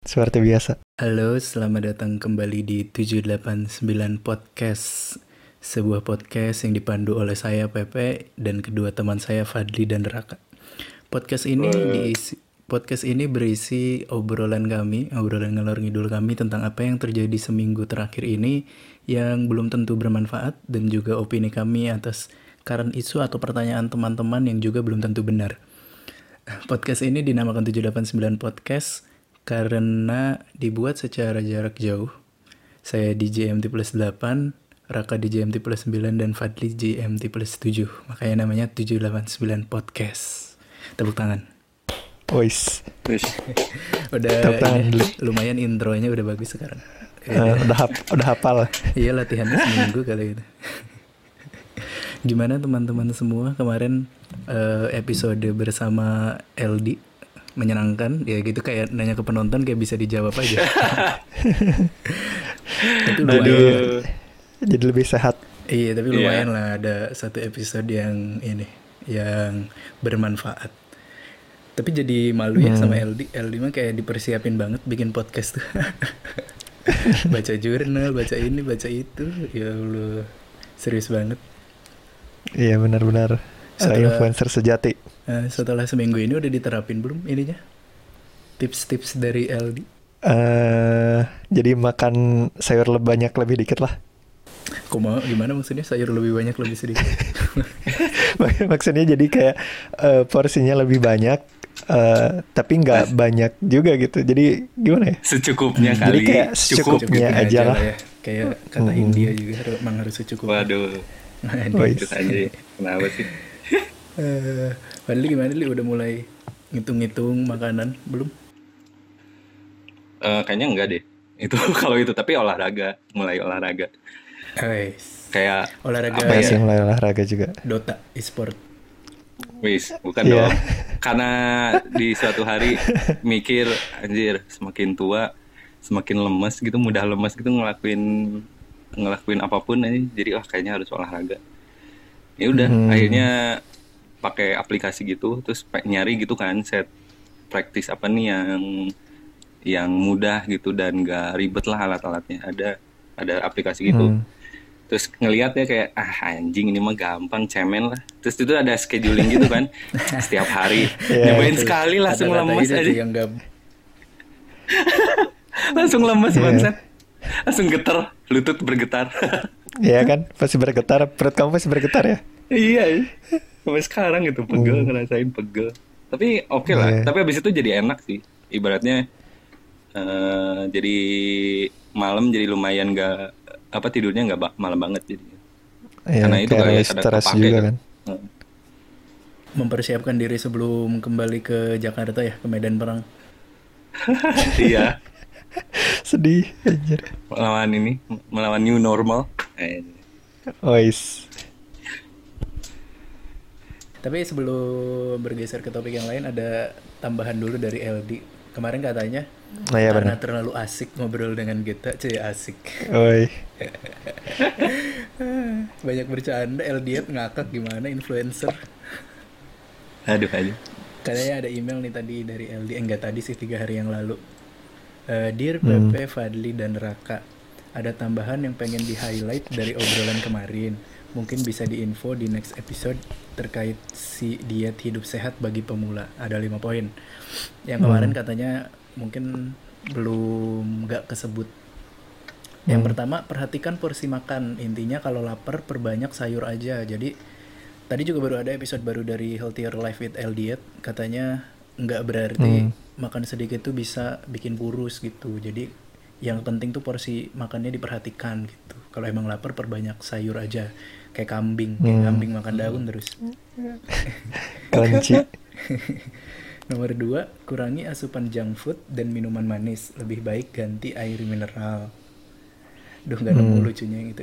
seperti biasa. Halo, selamat datang kembali di 789 Podcast. Sebuah podcast yang dipandu oleh saya Pepe dan kedua teman saya Fadli dan Raka. Podcast ini berisi obrolan ngalor ngidul kami tentang apa yang terjadi seminggu terakhir ini yang belum tentu bermanfaat dan juga opini kami atas current isu atau pertanyaan teman-teman yang juga belum tentu benar. Podcast ini dinamakan 789 Podcast karena dibuat secara jarak jauh. Saya di JMT plus 8, Raka di JMT plus 9, dan Fadli JMT plus 7. Makanya namanya 789 Podcast. Tepuk tangan. Wis. Udah Tepuk tangan dulu. lumayan intronya udah bagus sekarang. Udah hafal. Iya, latihannya seminggu kali itu. Gimana teman-teman semua kemarin episode bersama LD? Menyenangkan ya gitu, kayak nanya ke penonton kayak bisa dijawab aja. Tapi lumayan. Jadi lebih sehat. Iya, tapi lumayan lah ada satu episode yang bermanfaat. Tapi jadi malu ya sama LD. LD mah kayak dipersiapin banget bikin podcast tuh. Baca jurnal, baca ini, baca itu. Ya Allah, serius banget. Iya benar-benar. Saya influencer sejati. Setelah seminggu ini udah diterapin belum ininya? Tips-tips dari LD? Jadi makan sayur banyak lebih dikit lah. Gimana maksudnya sayur lebih banyak lebih sedikit? Maksudnya jadi kayak porsinya lebih banyak, tapi nggak banyak juga gitu. Jadi gimana ya? Secukupnya kali. Jadi kayak secukupnya aja lah. Ya. Kayak kata India juga emang harus secukupnya. Waduh. Terus aja. Kenapa sih? Fadli gimana Li? Udah mulai ngitung-ngitung makanan belum? Kayaknya enggak deh. Itu kalau itu, tapi mulai olahraga. Kayak olahraga apa ya? Mulai olahraga juga. Dota, e-sport. Wis, bukan dong. Karena di suatu hari mikir, anjir, semakin tua semakin lemes gitu, mudah lemes gitu ngelakuin apapun aja. Jadi kayaknya harus olahraga. Ya udah, akhirnya pakai aplikasi gitu, terus nyari gitu kan, set praktis apa nih yang mudah gitu dan gak ribet lah alat-alatnya. Ada aplikasi gitu. Terus ngelihat ya kayak anjing ini mah gampang, cemen lah. Terus itu ada scheduling gitu kan. Setiap hari nyobain sekali langsung lemes aja. Langsung lemes bangsat. Langsung getar, lutut bergetar. Iya kan? Pasti bergetar, perut kamu pasti bergetar ya? Iya. Sampai sekarang gitu ngerasain pegel. Tapi oke lah. Tapi abis itu jadi enak sih. Ibaratnya jadi malam jadi lumayan tidurnya nggak malam banget jadi. Karena itu kayak stres juga kan. Mempersiapkan diri sebelum kembali ke Jakarta ya, ke medan perang. Iya. Sedih anjir. Melawan new normal. Ois. Tapi sebelum bergeser ke topik yang lain, ada tambahan dulu dari LD. Kemarin katanya karena terlalu asik ngobrol dengan kita, asik. Oi. Banyak bercanda, LD ngakak gimana influencer. Aduh. Kayaknya ada email nih tadi dari LD, enggak tadi sih 3 hari yang lalu. Dear Pepe, Fadli, dan Raka, ada tambahan yang pengen di-highlight dari obrolan kemarin. Mungkin bisa diinfo di next episode terkait si diet hidup sehat bagi pemula. Ada 5 poin. Yang kemarin katanya mungkin belum gak kesebut. Yang pertama, perhatikan porsi makan. Intinya kalau lapar perbanyak sayur aja. Jadi tadi juga baru ada episode baru dari Healthier Life with LDiet. Katanya gak berarti makan sedikit tuh bisa bikin kurus gitu. Jadi yang penting tuh porsi makannya diperhatikan gitu. Kalau emang lapar perbanyak sayur aja. Kayak kambing makan daun terus. Crunchy. Nomor 2, kurangi asupan junk food dan minuman manis. Lebih baik ganti air mineral. Duh, gak nemu lucunya yang itu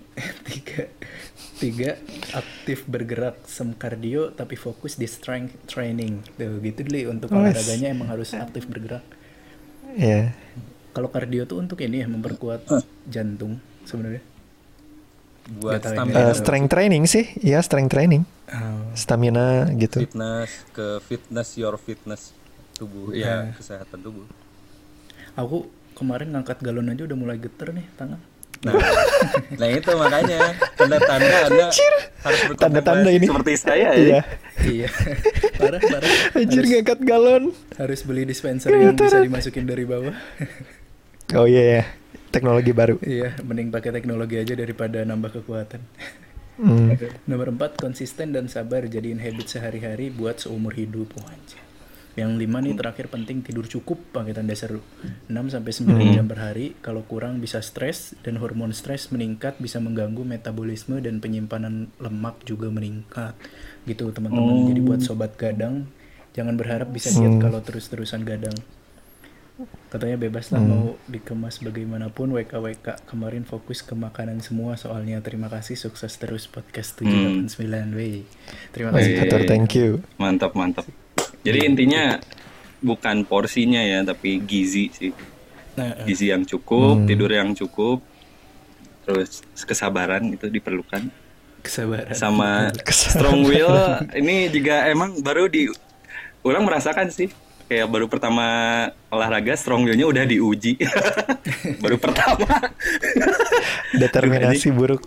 3, aktif bergerak, some cardio tapi fokus di strength training. Tuh gitu deh, untuk olahraganya emang harus aktif bergerak. Iya. Kalau cardio tuh untuk ini ya, memperkuat jantung sebenarnya. Buat stamina. Strength training sih, ya strength training. Stamina gitu. Fitness tubuh, ya kesehatan tubuh. Aku kemarin ngangkat galon aja udah mulai geter nih tangan. Nah itu makanya tanda-tanda Anda harus Tanda-tanda ini. seperti saya Iya. ya. Iya. Parah. Anjir ngangkat galon. Harus beli dispenser yang bisa dimasukin dari bawah. Oh iya ya. Teknologi baru. Iya, mending pakai teknologi aja daripada nambah kekuatan. Nomor 4, konsisten dan sabar jadiin habit sehari-hari buat seumur hidup. Oh, anjir. Yang 5 nih terakhir penting tidur cukup pakai tanda seru. 6 sampai 9 jam per hari. Kalau kurang bisa stres dan hormon stres meningkat bisa mengganggu metabolisme dan penyimpanan lemak juga meningkat. Gitu teman-teman. Jadi buat sobat gadang jangan berharap bisa diet kalau terus-terusan gadang. Katanya bebas lah mau dikemas bagaimanapun. WKWK kemarin fokus ke makanan semua soalnya. Terima kasih, sukses terus podcast 789 wey. Terima kasih. Hatur, thank you. Mantap. Jadi intinya bukan porsinya ya, tapi gizi sih. Gizi yang cukup, tidur yang cukup, terus kesabaran itu diperlukan. Kesabaran. Sama strong will ini juga emang baru orang merasakan sih. Kayak baru pertama olahraga strong will-nya udah diuji. Baru pertama. Determinasi buruk.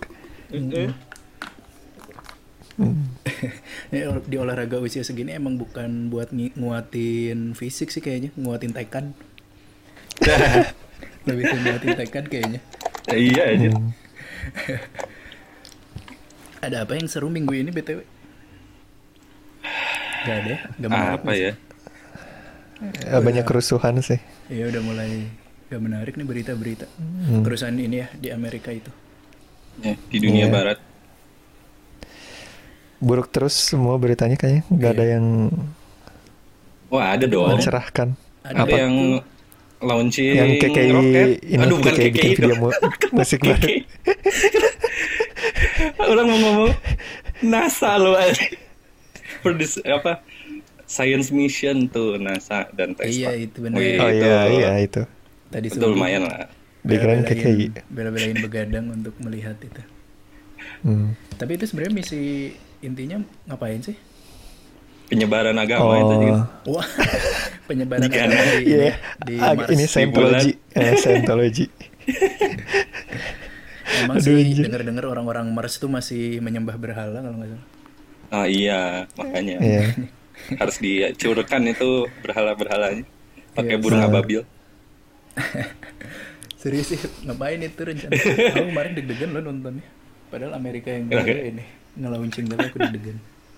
Di olahraga usia segini emang bukan buat nguatin fisik sih kayaknya, nguatin tekan. Lebih ke nguatin tekan kayaknya. Iya aja. Ada apa yang seru minggu ini BTW? Gak ada, gak menarik. Apa ya? Banyak kerusuhan sih. Iya udah mulai gak menarik nih berita-berita. Kerusuhan ini ya di Amerika itu. Ya, di dunia barat. Buruk terus semua beritanya kayaknya. Gak ada yang Wah ada dong. mencerahkan. Ada Apa? yang launching Yang KKI roket. ini Aduh bukan KKI bikin KKI video dong. musik baru. KKI. Orang mau ngomong NASA loh. Apa science mission tuh NASA dan Tesla. Iya itu benar. Oh iya itu. Tadi Itu lumayan lah. Dikirain KKI. Bela-belain begadang untuk melihat itu. Tapi itu sebenarnya misi intinya ngapain sih? Penyebaran agama itu juga. Wah, penyebaran Jika agama Iya. di Mars. Ini Scientology. Scientology. Emang Aduh, sih anjir. dengar-dengar orang-orang Mars tuh masih menyembah berhala kalau nggak salah. Ah iya, makanya Iya. harus dicurkan itu berhala-berhalanya pakai Iya. burung ababil. Serius sih, ngapain itu rencana? Aku kemarin deg-degan lo nontonnya. Padahal Amerika yang ini nge-launching tapi aku deg-degan.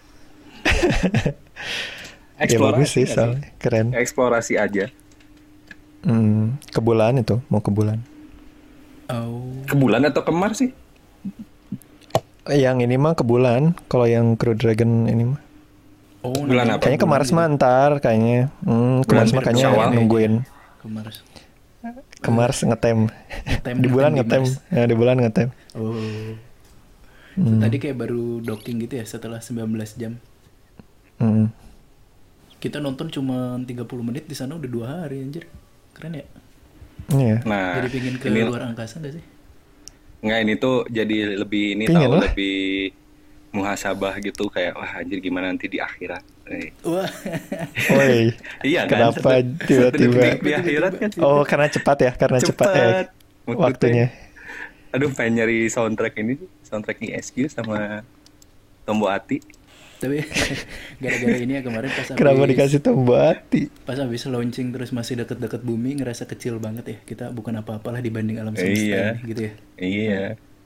Ya bagus sih nggak soalnya. Keren. Eksplorasi aja. Ke bulan itu. Mau ke bulan. Oh. Ke bulan atau ke Mars sih? Yang ini mah ke bulan. Kalau yang Crew Dragon ini mah. Oh, Bulan apa? Kayaknya ke Mars mah ntar kayaknya. Ke Bulan Mars mah kayaknya Syawal. nungguin. Ke Mars. Ke Mars ngetem. Ngetem Di bulan di ngetem. Mars. Ya, di bulan ngetem. Oh. Tadi kayak baru docking gitu ya setelah 19 jam. Hmm. Kita nonton cuma 30 menit di sana udah 2 hari anjir. Keren ya? Iya. Nah, Jadi pingin ke ini luar angkasa gak sih? nggak ini tuh jadi lebih ini Pingin tahu lah. lebih muhasabah gitu kayak wah anjir gimana nanti di akhirat. Wah. Woi. Iya kan? Kenapa tiba-tiba? Di akhirat kan? Oh, karena cepat ya, karena cepat waktunya. Aduh pengen nyari soundtrack ini, soundtrack ISQ sama Tombo Ati. Tapi gara-gara ini ya kemarin pas Kenapa dikasih tombol hati? pas habis launching terus masih deket-deket bumi ngerasa kecil banget ya. Kita bukan apa-apalah dibanding alam semesta Iya. ini, gitu ya. Iya.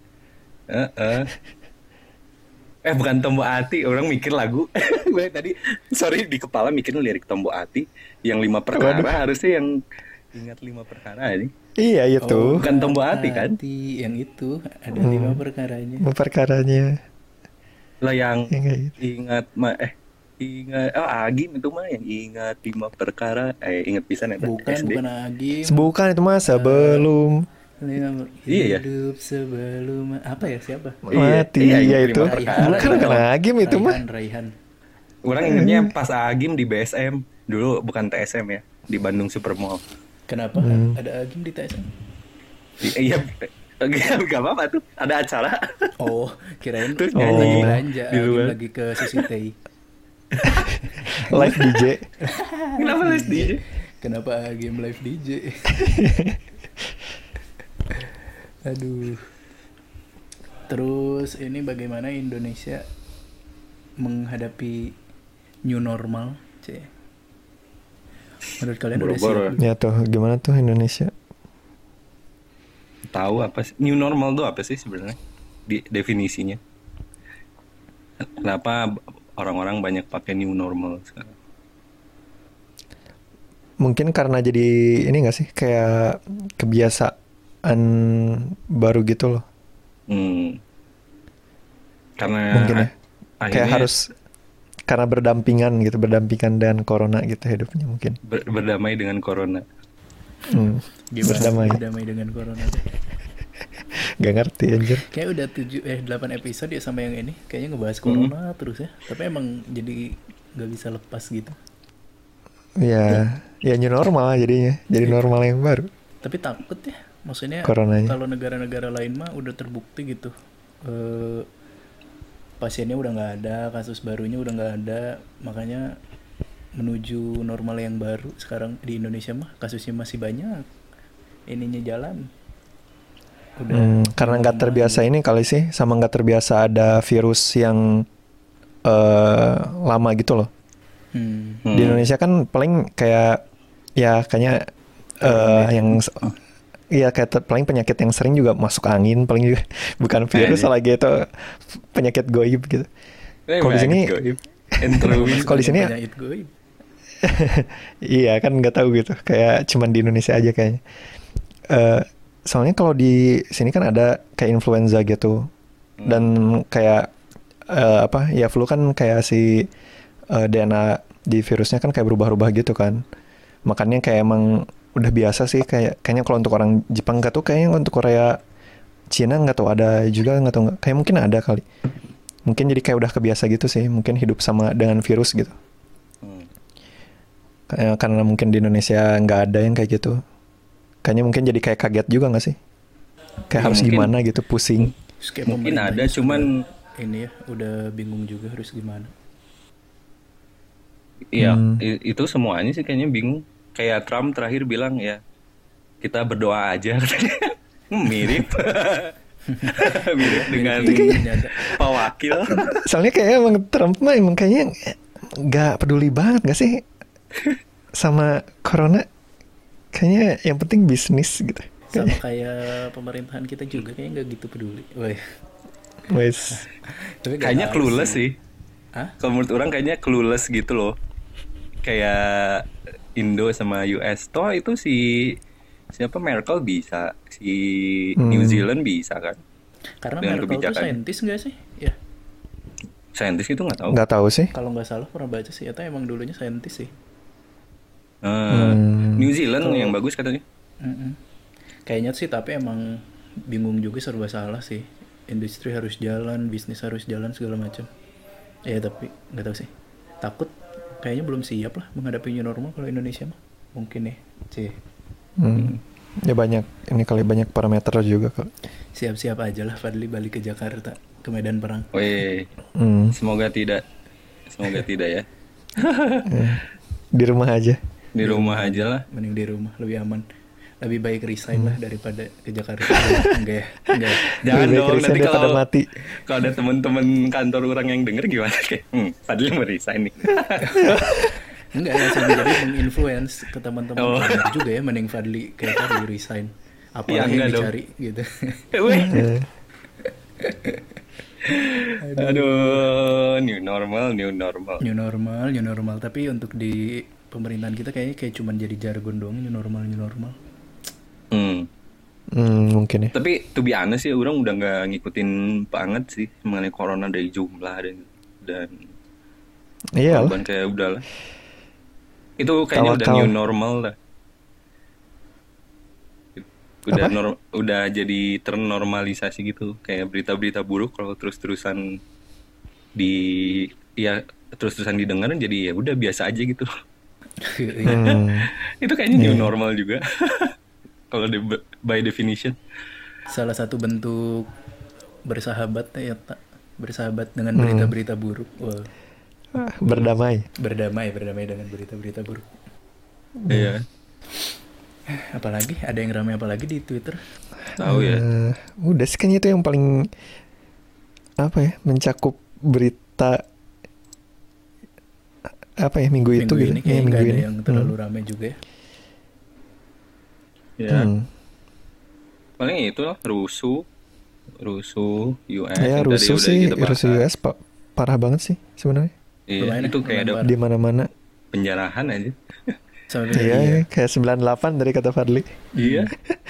Bukan Tombo Ati, orang mikir lagu. Gue tadi sorry di kepala mikir lirik Tombo Ati yang 5 perkara harusnya yang ingat 5 perkara ini. Iya itu. Bukan Tombo Ati kan? Hati yang itu ada 5 perkaranya. Perkaranya. Lah yang Ya, kayak gitu. ingat ingat Agim itu mah yang ingat 5 perkara ingat pisan ya Bukan Agim. Bukan itu mah sebelum Iya ya. Hidup sebelum apa ya siapa? mati. Iya, Iya ingat itu. 5 perkara. Bukan kena Agim itu mah. Raihan. Orang ingatnya pas Agim di BSM dulu bukan TSM ya di Bandung Supermall. Kenapa ada Agim di TSM? Iya gak apa-apa tuh ada acara. Oh, kirain Terus lagi nyanyi belanja, di Agim luar. lagi ke Sushi Tei. Live DJ. Kenapa les DJ? Kenapa game live DJ? Aduh. Terus ini bagaimana Indonesia menghadapi new normal, C? Menurut kalian udah Boro-boro. siap? Ya tuh, gimana tuh Indonesia? Tahu apa sih new normal tuh apa sih sebenarnya? Definisinya. Kenapa orang-orang banyak pakai new normal sekarang? Mungkin karena jadi ini gak sih, kayak kebiasaan baru gitu loh. Karena Mungkin ya. Kayak akhirnya harus karena berdampingan dengan corona gitu hidupnya mungkin. berdamai dengan corona. Berdamai. Berdamai dengan corona. Gak ngerti anjir. Kayak udah 8 episode ya sama yang ini. Kayaknya ngebahas corona terus ya. Tapi emang jadi gak bisa lepas gitu. Ya new normal jadinya. Jadi normal yang baru. Tapi takut ya. Maksudnya Coronanya. kalau negara-negara lain mah udah terbukti gitu. Pasiennya udah nggak ada, kasus barunya udah nggak ada. Makanya menuju normal yang baru sekarang di Indonesia mah kasusnya masih banyak. Ininya jalan. Karena nggak terbiasa ini kali sih, sama nggak terbiasa ada virus yang lama gitu loh. Di Indonesia kan paling kayak ya kayaknya yang iya kayak paling penyakit yang sering juga masuk angin paling juga bukan virus lagi itu penyakit goib gitu. Kalau di sini kalau di sini iya kan nggak tahu gitu kayak cuman di Indonesia aja kayaknya. Soalnya kalau di sini kan ada kayak influenza gitu dan kayak apa ya flu kan kayak si DNA di virusnya kan kayak berubah-ubah gitu kan. Makanya kayak emang udah biasa sih kayaknya kalau untuk orang Jepang nggak tuh kayaknya untuk Korea Cina nggak tahu ada juga nggak tahu nggak kayak mungkin ada kali mungkin jadi kayak udah kebiasa gitu sih mungkin hidup sama dengan virus gitu karena mungkin di Indonesia nggak ada yang kayak gitu kayaknya mungkin jadi kayak kaget juga nggak sih kayak harus mungkin, gimana gitu pusing mungkin ada cuman ini ya udah bingung juga harus gimana. Iya itu semuanya sih kayaknya bingung. Kayak Trump terakhir bilang ya kita berdoa aja. Mirip mirip dengan Pak Wakil. Soalnya kayak emang Trump mah emang kayaknya nggak peduli banget nggak sih sama corona. Kayaknya yang penting bisnis gitu. Sama kayak pemerintahan kita juga kayaknya nggak gitu peduli. Wes. Kayaknya clueless sih. Hah? Kalau menurut orang kayaknya clueless gitu loh. Kayak Indo sama US toh itu siapa Merkel bisa, si New Zealand bisa kan? Karena dengan Merkel tuh saintis nggak sih? Ya. Saintis itu nggak tahu. Nggak tahu sih. Kalau nggak salah pernah baca sih, atau emang dulunya saintis sih. New Zealand yang bagus katanya. Kayaknya sih, tapi emang bingung juga serba salah sih. Industri harus jalan, bisnis harus jalan segala macam. Ya tapi nggak tahu sih. Takut. Kayaknya belum siap lah menghadapi new normal kalau Indonesia mah. Mungkin ya, Ya banyak, ini kali banyak parameter juga kok. Siap-siap aja lah Fadli balik ke Jakarta, ke medan perang. Wih, semoga tidak ya. Di rumah aja. Di rumah aja lah. Mending di rumah, lebih aman. Lebih baik resign lah daripada ke Jakarta. Enggak ya. Jangan Lebih dong, baik nanti resign kalau mati. Kalau ada teman-teman kantor orang yang denger gimana kayak, Fadli mau resign nih. Enggak ya, jadi menginfluence ke teman-teman juga ya, mending Fadli kayak tadi resign. Apa ya, yang dicari dong. Gitu. Aduh, new normal. New normal. Tapi untuk di pemerintahan kita kayaknya kayak cuman jadi jargon doang, new normal. Mungkin ya. Tapi to be honest sih, orang udah nggak ngikutin banget sih mengenai corona dari jumlah dan korban kayak udahlah. Itu kayaknya udah new normal lah. Udah jadi ternormalisasi gitu, kayak berita-berita buruk kalau terus-terusan didengar jadi ya udah biasa aja gitu. Itu kayaknya new normal juga. Kalau by definition. Salah satu bentuk bersahabat ya, tak bersahabat dengan berita-berita buruk. Wow. Berdamai dengan berita-berita buruk. Iya, Apalagi ada yang ramai apalagi di Twitter? tahu ya. Udah sih kayaknya itu yang paling apa ya, mencakup berita apa ya minggu itu Minggu gitu. ini kayak minggu nggak ada ini. yang terlalu ramai juga ya. Ya, Hmm. paling itu lah, rusuh US Ya yang tadi rusuh udah sih, kita bahas. rusuh US parah banget sih sebenarnya. Iya, Lumayan itu ya, kayak ada lumayan Di mana-mana. penjarahan aja. Sampai Iya, iya. kayak 98 dari kata Fadli. Iya.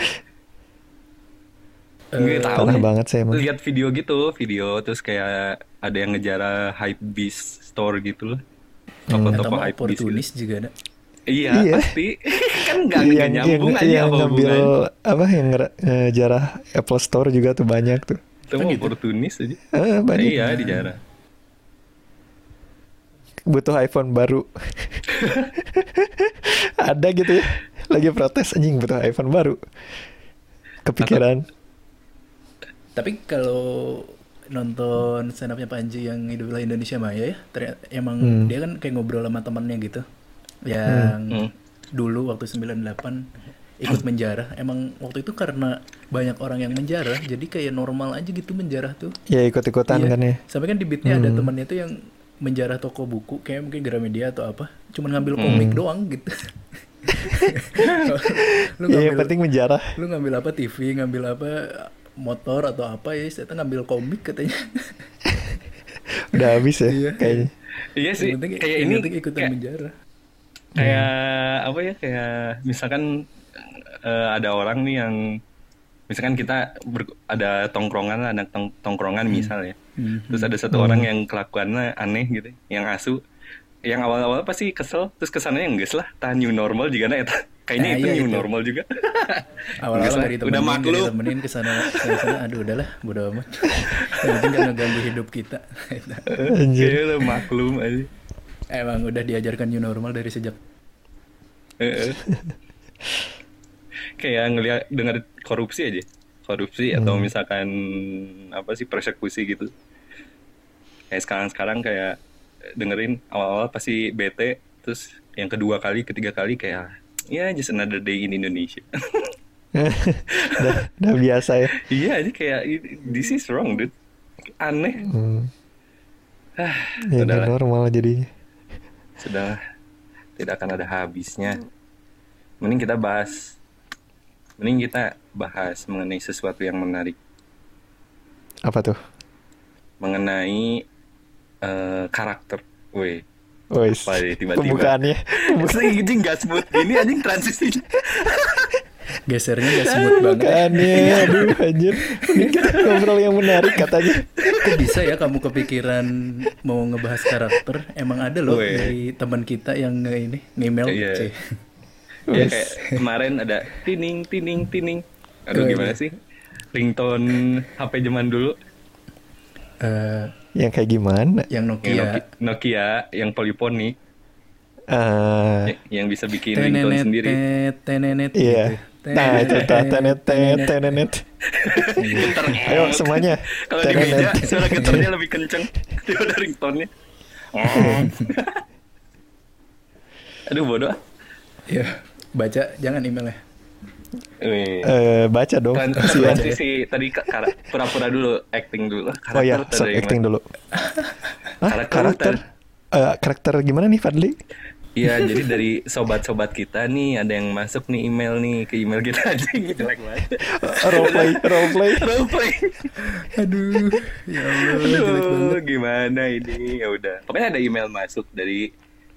Nggak tahu. Parah banget sih emang. Lihat video terus kayak ada yang ngejar hype beast store gitu loh. Atau Toko-toko mau hype beast gitu. oportunis juga ada. Iya, Iya. pasti. Kan nggak nyambung aja yang apa ngambil hubungannya. apa yang ngejarah Apple Store juga tuh banyak tuh. Itu mah oportunis aja. Banyak. Iya, dijarah. Butuh iPhone baru. Ada gitu ya. Lagi protes anjing butuh iPhone baru. Kepikiran. Tapi kalau nonton stand up-nya Panji yang Hiduplah Indonesia Maya ya, ternyata emang dia kan kayak ngobrol sama temennya gitu. Yang dulu waktu 98 ikut menjarah. Emang waktu itu karena banyak orang yang menjarah, jadi kayak normal aja gitu menjarah tuh. Ya ikut-ikutan Iya. kan ya. Sampai kan di beatnya ada temannya tuh yang menjarah toko buku, kayak mungkin Gramedia atau apa, cuman ngambil komik doang gitu. Lu Iya, yang ngambil, penting menjarah. lu ngambil apa TV, ngambil apa motor atau apa ya, saya ngambil komik katanya. Udah habis ya Iya. kayaknya. Iya sih. Yang penting, Kayak yang ini penting ikutan menjarah. kayak apa ya, kayak misalkan ada orang nih yang misalkan kita ada tongkrongan, ada tongkrongan misal ya, terus ada satu orang yang kelakuannya aneh gitu, yang asu, yang awal-awal pasti kesel, terus kesannya enggak lah, tahan new normal juga nah, kayaknya Nah, itu iya, new itu. normal juga. Awal-awal Nggak nggak usah, ditemenin, udah nggak maklum. ditemenin kesana, aduh udahlah, bodo amat. Yang penting nggak ngeganggu hidup kita. Anjir. Kayaknya udah maklum aja. Emang udah diajarkan new normal dari sejak. Kayak ngelihat dengar korupsi atau misalkan apa sih, persekusi gitu, kayak sekarang kayak dengerin awal-awal pasti bete, terus yang kedua kali ketiga kali kayak ya just another day in Indonesia. udah biasa ya. Iya aja kayak this is wrong dude, aneh. Ya Udahlah. nggak normal jadinya. Sudah tidak akan ada habisnya. Mending kita bahas mengenai sesuatu yang menarik, Apa tuh? mengenai karakter. Woi, Wes. apa ya tiba-tiba Pembukaannya. anjing gak smooth gini, anjing transisinya. Gesernya nggak smooth banget. Pembukaannya. Aduh anjir. Ini kita ngobrol yang menarik katanya. Kok bisa ya kamu kepikiran mau ngebahas karakter? Emang ada loh Weh. dari teman kita yang nge-email. Iya. Cih. Ya kayak kemarin ada tining. Aduh gimana sih? Ringtone HP zaman dulu. Eh, Yang kayak gimana? yang Yang Nokia. Nokia yang poliponik, Ah, yang bisa bikin ringtone sendiri. Tenenet iya. gitu. Nah itu tenenet. Ayo semuanya. Kalau di meja suara getarnya lebih kenceng daripada ringtone-nya. Aduh bodoh. Ya, baca jangan emailnya. Wih. Baca dong. Kasihan. Transisi tadi pura-pura dulu, acting dulu. Oh ya, Karakter so dari acting mana? dulu. Hah, Karakter. karakter gimana nih Fadli? Iya, jadi dari sobat-sobat kita nih ada yang masuk nih email nih ke email kita aja, jelek banget. Roleplay. Roleplay. Aduh, ya Allah, jelek banget. Aduh, gimana ini? Ya udah. Pokoknya ada email masuk dari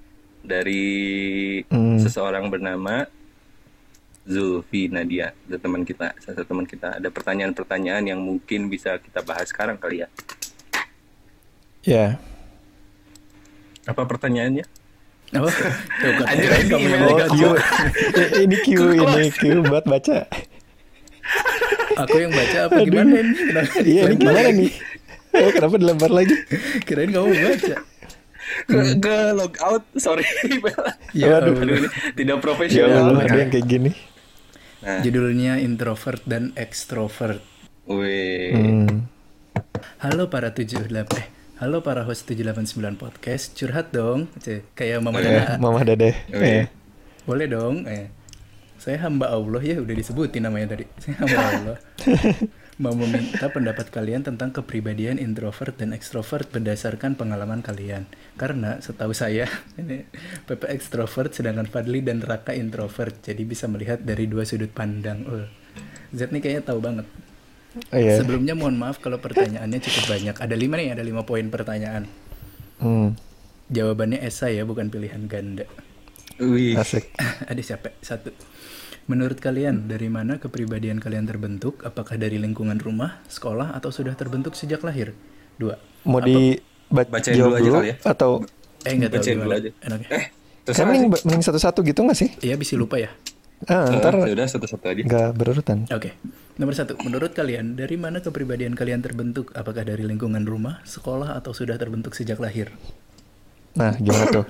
seseorang bernama Zulfi Nadia, ada teman kita, salah satu teman kita. Ada pertanyaan-pertanyaan yang mungkin bisa kita bahas sekarang kali ya. Ya. Apa pertanyaannya? Apa? Tuh, Anjir, kirain ini kamu yang email baca. Ini Q buat baca. Aku yang baca apa gimana ini? Kenapa Iya, ini dilempar gimana lagi? nih? Kenapa dilempar lagi? Kirain kamu baca. Ke log out, sorry. Ya, Waduh. Aduh, ini tidak Ya profesional. Allah, ada yang kayak gini. Nah, Judulnya introvert dan extrovert. weh. Halo para Halo para host 789 podcast, curhat dong. Cih, kayak Mama Dana. Mama Dede. Weh. Boleh dong. Saya hamba Allah ya, udah disebutin namanya tadi. Saya hamba Allah. Mau meminta pendapat kalian tentang kepribadian introvert dan ekstrovert berdasarkan pengalaman kalian. Karena setahu saya, ini Pepe ekstrovert sedangkan Fadli dan Raka introvert. Jadi bisa melihat dari dua sudut pandang. Z nih kayaknya tahu banget. Oh, iya. Sebelumnya mohon maaf kalau pertanyaannya cukup banyak. Ada 5 nih, ada 5 poin pertanyaan. Jawabannya esai ya, bukan pilihan ganda. Wih. Asik. Ada siapa? 1. Menurut kalian, dari mana kepribadian kalian terbentuk? Apakah dari lingkungan rumah, sekolah, atau sudah terbentuk sejak lahir? 2. Mau Bacain dijawab dulu aja dulu kali ya. Atau Nggak tahu Bacain dulu gimana aja. enaknya. Terus kan mending satu-satu gitu nggak sih? Iya, bisa lupa ya. Ntar udah satu-satu aja. nggak berurutan. Oke. Nomor 1. Menurut kalian, dari mana kepribadian kalian terbentuk? Apakah dari lingkungan rumah, sekolah, atau sudah terbentuk sejak lahir? Nah, gimana tuh?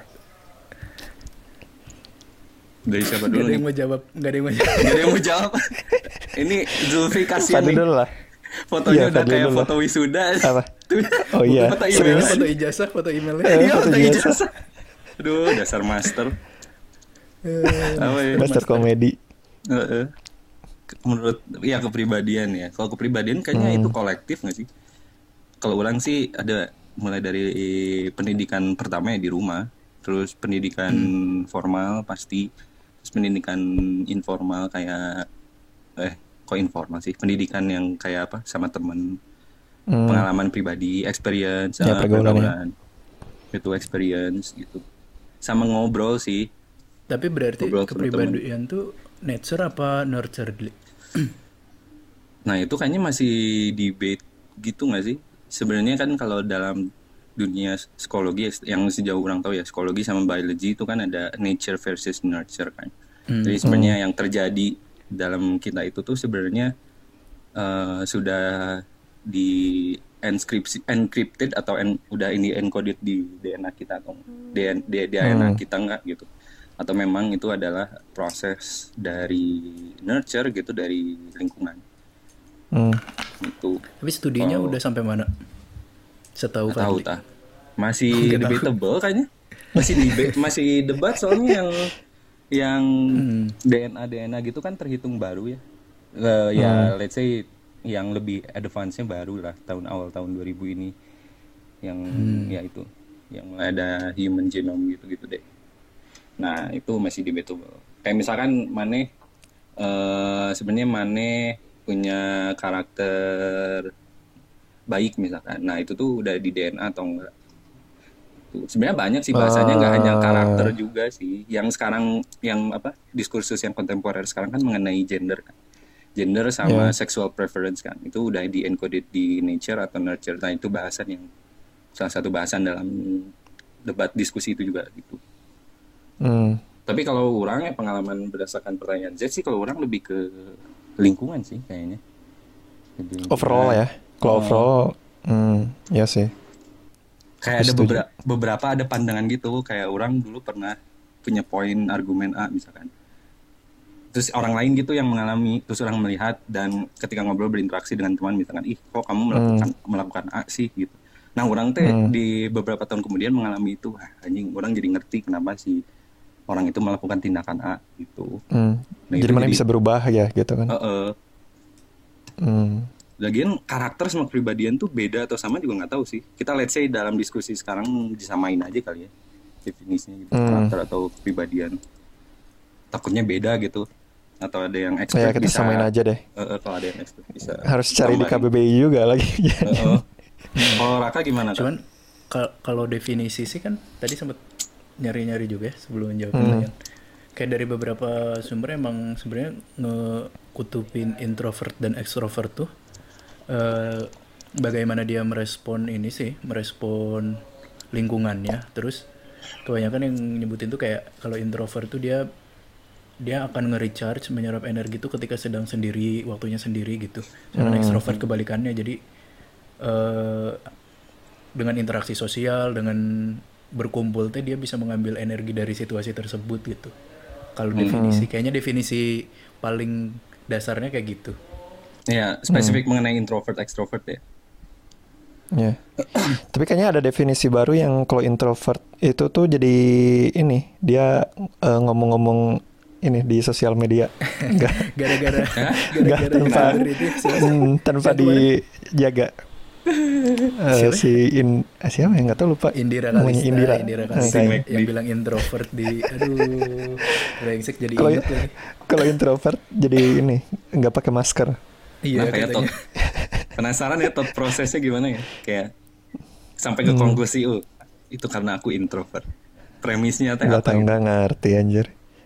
Dari siapa Gak dulu ada nih? yang mau jawab. Gak ada yang mau jawab. Gak ada yang mau jawab. Ini Zulfi kasihan Fadli nih. dulu lah. Fotonya Iya, udah Fadli kayak dulu. foto wisuda. Apa? Oh iya, Foto serius? email. Foto ijazah, foto emailnya. Iya, foto foto ijazah. ijazah. Aduh, dasar master. Apa ya? Master komedi. Menurut ya kepribadian ya. Kalau kepribadian kayaknya itu kolektif nggak sih? Kalau orang sih ada mulai dari pendidikan pertama ya di rumah, terus pendidikan formal pasti, terus pendidikan informal kayak kok informal sih, pendidikan yang kayak apa sama temen, pengalaman pribadi, experience, Ya, pergaulan itu experience gitu, sama ngobrol sih. Tapi berarti Ngobrol sama kepribadian tuh nature apa nurture? Nah itu kayaknya masih debate gitu nggak sih? Sebenarnya kan kalau dalam dunia psikologi yang sejauh orang tahu ya, psikologi sama biology itu kan ada nature versus nurture kan. Jadi sebenarnya yang terjadi dalam kita itu tuh sebenarnya sudah di encrypted atau udah ini encoded di DNA kita atau DNA kita enggak gitu. Atau memang itu adalah proses dari nurture gitu, dari lingkungan. Itu. Tapi studinya udah sampai mana? Setahu Tahu Fadli. masih debatable kayaknya. Masih debat soalnya yang DNA gitu kan terhitung baru ya. Ya let's say yang lebih advance-nya baru lah awal tahun 2000 ini. Yang ya itu, yang mulai ada human genome gitu-gitu deh. Nah, itu masih debatable. Kayak misalkan Maneh sebenarnya Maneh punya karakter baik misalkan. Nah, itu tuh udah di DNA atau enggak? Tuh. Sebenarnya banyak sih bahasanya, nggak hanya karakter juga sih. Yang sekarang yang apa? Diskursus yang kontemporer sekarang kan mengenai gender kan. Gender sama sexual preference kan. Itu udah di-encoded di nature atau nurture. Nah, itu bahasan yang salah satu bahasan dalam debat diskusi itu juga gitu. Tapi kalau orang ya pengalaman berdasarkan pertanyaan Z sih, kalau orang lebih ke lingkungan sih kayaknya. Overall ya. Kalau overall, ya sih. Kayak ada beberapa ada pandangan gitu. Kayak orang dulu pernah punya poin argumen A misalkan. Terus orang lain gitu yang mengalami, terus orang melihat dan ketika ngobrol berinteraksi dengan teman misalkan, ih kok kamu melakukan A sih gitu. Nah orang teh di beberapa tahun kemudian mengalami itu, anjing orang jadi ngerti kenapa sih orang itu melakukan tindakan A gitu. Nah, jadi mana bisa berubah ya gitu kan? Lagian karakter sama kepribadian tuh beda atau sama juga nggak tahu sih. Kita let's say dalam diskusi sekarang disamain aja kali ya definisinya gitu, karakter atau kepribadian. Takutnya beda gitu. Atau ada yang expert ya, kita bisa samain aja deh. Kalau ada yang expert bisa. Harus cari di tambahin. KBBI juga lagi. Kalau Raka gimana? Cuman kalau definisi sih kan tadi sempat nyari-nyari juga ya sebelum menjawab pertanyaan. Kayak dari beberapa sumber emang sebenarnya ngekutupin introvert dan extrovert tuh bagaimana dia merespon lingkungannya. Terus kebanyakan yang nyebutin tuh kayak kalau introvert tuh dia akan nge-recharge, menyerap energi tuh ketika sedang sendiri, waktunya sendiri gitu. Sedangkan extrovert kebalikannya, jadi dengan interaksi sosial, dengan berkumpul teh dia bisa mengambil energi dari situasi tersebut gitu. Kalau kayaknya definisi paling dasarnya kayak gitu. Ya, spesifik mengenai introvert extrovert ya. Ya. Tapi kayaknya ada definisi baru yang kalau introvert itu tuh jadi ini dia ngomong-ngomong ini di sosial media nggak Gara-gara nggak tanpa itu tanpa yang kemarin dijaga. Siapa yang nggak tahu lupa Indira namanya Kalista, Indira. Kalista Kayaknya. yang bilang introvert aduh, brengsek jadi Kalau inget lagi. kalau introvert jadi ini nggak pakai masker. Iya Nah, kayak katanya. penasaran ya thought prosesnya gimana ya? Kayak sampai ke konklusi, itu karena aku introvert. Premisnya teh Nggak apa tahu, gitu? nggak ngerti anjir.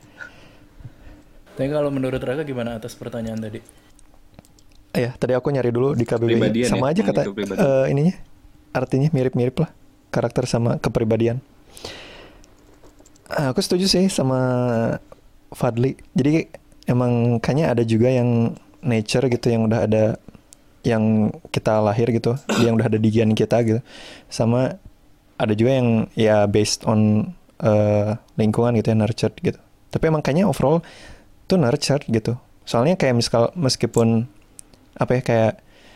Tapi kalau menurut Raka gimana atas pertanyaan tadi? Ya, tadi aku nyari dulu di KBBI. Kepribadian Sama ya, aja ngomongin kata kepribadian. ininya. Artinya mirip-mirip lah. Karakter sama kepribadian. Aku setuju sih sama Fadli. Jadi emang kayaknya ada juga yang nature gitu yang udah ada, yang kita lahir gitu, yang udah ada di gen kita gitu. Sama ada juga yang ya based on lingkungan gitu ya, nurtured gitu. Tapi emang kayaknya overall tuh nurtured gitu. Soalnya kayak meskipun apa ya kayak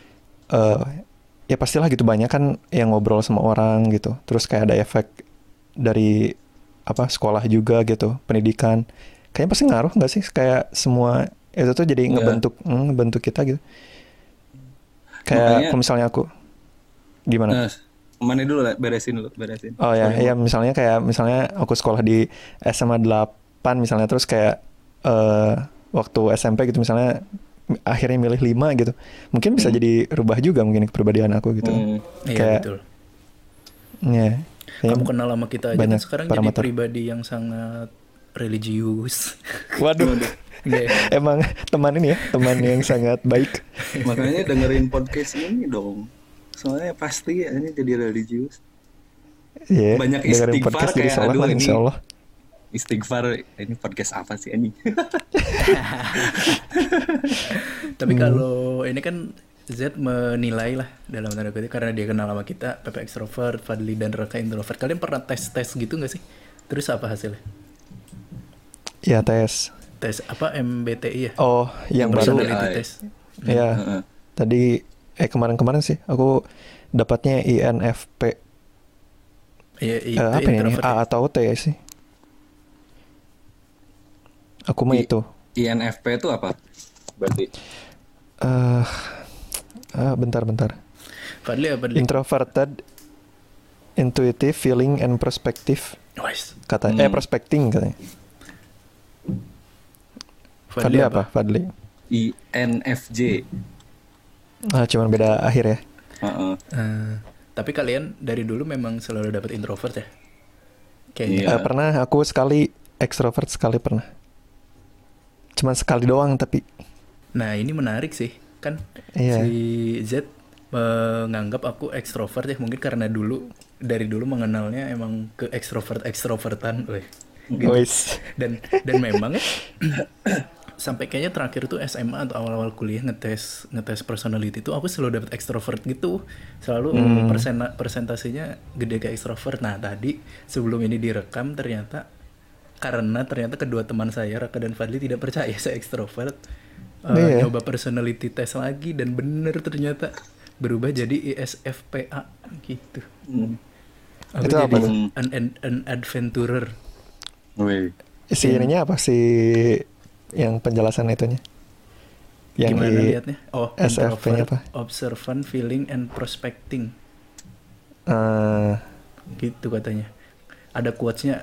ya pastilah gitu banyak kan yang ngobrol sama orang gitu. Terus kayak ada efek dari apa sekolah juga gitu, pendidikan. Kayaknya pasti ngaruh nggak sih kayak semua itu tuh jadi ngebentuk kita gitu. Kayak Makanya- kalau misalnya aku gimana? Nah, mana dulu lah, beresin. Oh ya, Sorry, ya misalnya aku sekolah di SMA 8 misalnya, terus kayak waktu SMP gitu misalnya akhirnya milih 5 gitu. Mungkin bisa jadi rubah juga mungkin kepribadian aku gitu. Iya Kayak betul. ya. Kamu kenal sama kita aja kan banyak sekarang parameter. jadi pribadi yang sangat religius. Waduh. Enggak ya? Emang teman ini ya, teman yang sangat baik. Makanya dengerin podcast ini dong. Soalnya pasti ini jadi religius. Iya. Banyak dengerin istighfar podcast jadi kayak, sholat aduh, lah ini insya Allah. Istighfar, ini podcast apa sih anjing? Tapi kalau ini kan Z menilai lah dalam tanda kutip karena dia kenal sama kita, Pepe extrovert, Fadli dan Raka introvert. Kalian pernah tes gitu nggak sih? Terus apa hasilnya? Ya tes. Tes apa MBTI ya? Oh, yang baru. Personality test. Ya. Tadi kemarin sih aku dapatnya INFP. Iya, itu Apa ini? introvert ya? A atau T ya sih? Aku mah itu. INFP itu apa? Berarti Bentar. Fadli apa? Fadli? Introverted, intuitive, feeling, and perspective. Wais. Katanya, prospecting katanya. Fadli apa? Fadli. INFJ. Cuman beda akhir ya. Tapi kalian dari dulu memang selalu dapat introvert ya? Kayaknya. Iya. Pernah aku sekali ekstrovert, sekali pernah. Cuman sekali doang tapi. Nah ini menarik sih, kan Iya. si Z menganggap aku ekstrovert ya, mungkin karena dari dulu mengenalnya emang ke ekstrovertan, gitu. Wis. Dan memang ya, sampai kayaknya terakhir tuh SMA atau awal-awal kuliah ngetes personality tuh aku selalu dapat ekstrovert gitu, selalu persentasenya gede ke ekstrovert. Nah tadi sebelum ini direkam ternyata kedua teman saya Raka dan Fadli tidak percaya saya ekstrovert. Iya. Nyoba personality test lagi dan bener ternyata berubah jadi ISFPA gitu. Aku Itu apa jadi tuh? an adventurer. Wih. Si ininya apa sih yang penjelasan itunya? Yang Gimana di liatnya? Oh, SFP-nya introvert, apa? observant, feeling, and prospecting. Gitu katanya. Ada quotes-nya.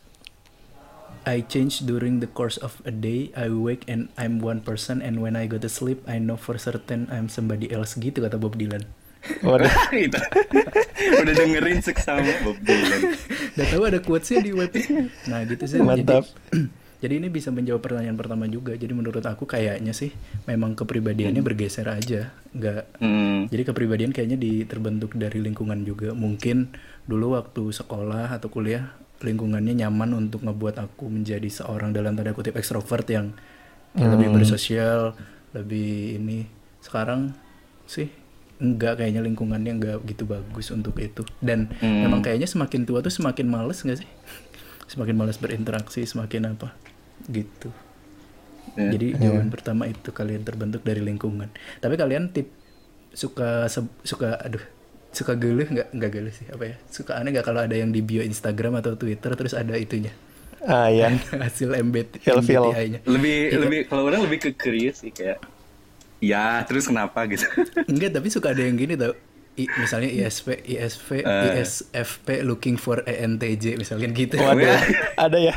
I change during the course of a day. I wake and I'm one person, and when I go to sleep, I know for certain I'm somebody else. Gitu kata Bob Dylan. Waduh. Gitu. Udah dengerin seksama Bob Dylan. Udah tahu ada quotes-nya di web. Nah gitu sih. Mantap. Jadi ini bisa menjawab pertanyaan pertama juga. Jadi menurut aku kayaknya sih memang kepribadiannya bergeser aja. Jadi kepribadian kayaknya terbentuk dari lingkungan juga. Mungkin dulu waktu sekolah atau kuliah lingkungannya nyaman untuk ngebuat aku menjadi seorang dalam tanda kutip ekstrovert yang lebih bersosial, lebih ini. Sekarang sih enggak, kayaknya lingkungannya enggak gitu bagus untuk itu. Dan memang kayaknya semakin tua tuh semakin males enggak sih? Semakin males berinteraksi, semakin apa gitu. Jadi jawaban pertama itu kalian terbentuk dari lingkungan. Tapi kalian suka Suka geluh nggak geluh sih, apa ya? Suka aneh nggak kalau ada yang di bio Instagram atau Twitter terus ada itunya. Ya. Hasil Feel. MBTI-nya. Lebih kalau orang lebih ke curious sih kayak ya terus kenapa gitu. Enggak, tapi suka ada yang gini tau. Misalnya ISFP looking for ENTJ misalnya gitu. Oh, ada ya.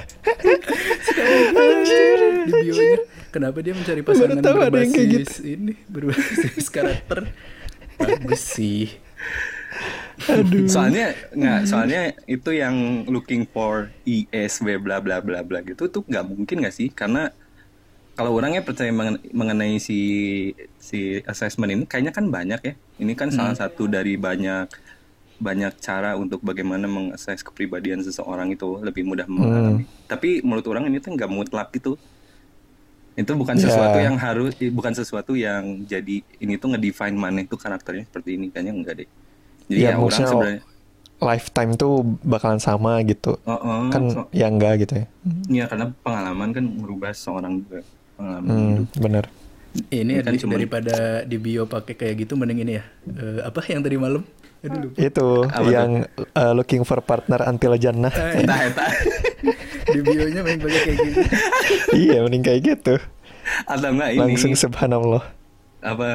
Di bionya. Kenapa dia mencari pasangan tahu ada yang kayak berbasis ini, berbasis karakter. Bagus sih. Aduh. Soalnya itu yang looking for ISW bla bla bla bla gitu tuh nggak mungkin nggak sih? Karena kalau orangnya percaya mengenai si assessment ini kayaknya kan banyak ya. Ini kan salah satu dari banyak cara untuk bagaimana mengakses kepribadian seseorang itu lebih mudah memahami. Tapi menurut orang ini tuh nggak mutlak gitu. Itu bukan sesuatu yang bukan sesuatu yang jadi ini tuh ngedefine mana itu karakternya seperti ini, kayaknya enggak deh. Jadi ya orang sebenarnya lifetime tuh bakalan sama gitu. Kan ya enggak gitu ya. Iya, karena pengalaman kan merubah seseorang juga. Pengalaman hidup. Bener. Ini kan daripada di bio pakai kayak gitu mending ini ya. Apa yang tadi malam? Aduh, lupa. Itu yang looking for partner until jannah. Eta. Di bionya main pakai kayak gitu. Iya, mending kayak gitu. Atau enggak ini langsung subhanallah. Apa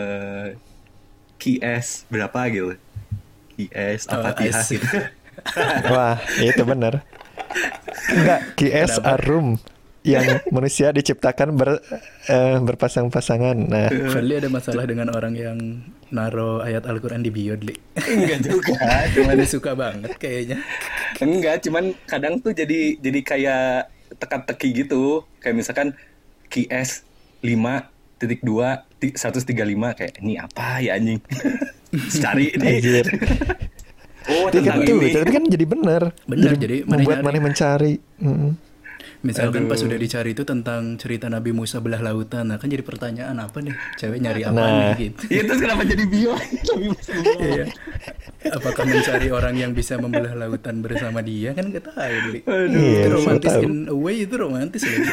QS berapa gitu. QS Al-Fatihah gitu. Wah, itu benar. Enggak, QS Arum yang manusia diciptakan berpasang-pasangan. Nah, Fadli ada masalah dengan orang yang naro ayat Al-Quran di bio, Dli? Enggak juga, Cuman dia suka banget kayaknya. Enggak, cuman kadang tuh jadi kayak teka-teki gitu. Kayak misalkan QS 5.2 135 kayak ini apa ya anjing. Cari ini. Oh, tentang itu, ini. tapi kan jadi benar. Jadi membuat maneh mencari. Misalkan pas sudah dicari itu tentang cerita Nabi Musa belah lautan, nah kan jadi pertanyaan apa nih, cewek nyari apa nih gitu. Iya, terus kenapa jadi bio? Iya. Apakah mencari orang yang bisa membelah lautan bersama dia, kan nggak tahu. Itu romantis in a way, itu romantis lagi.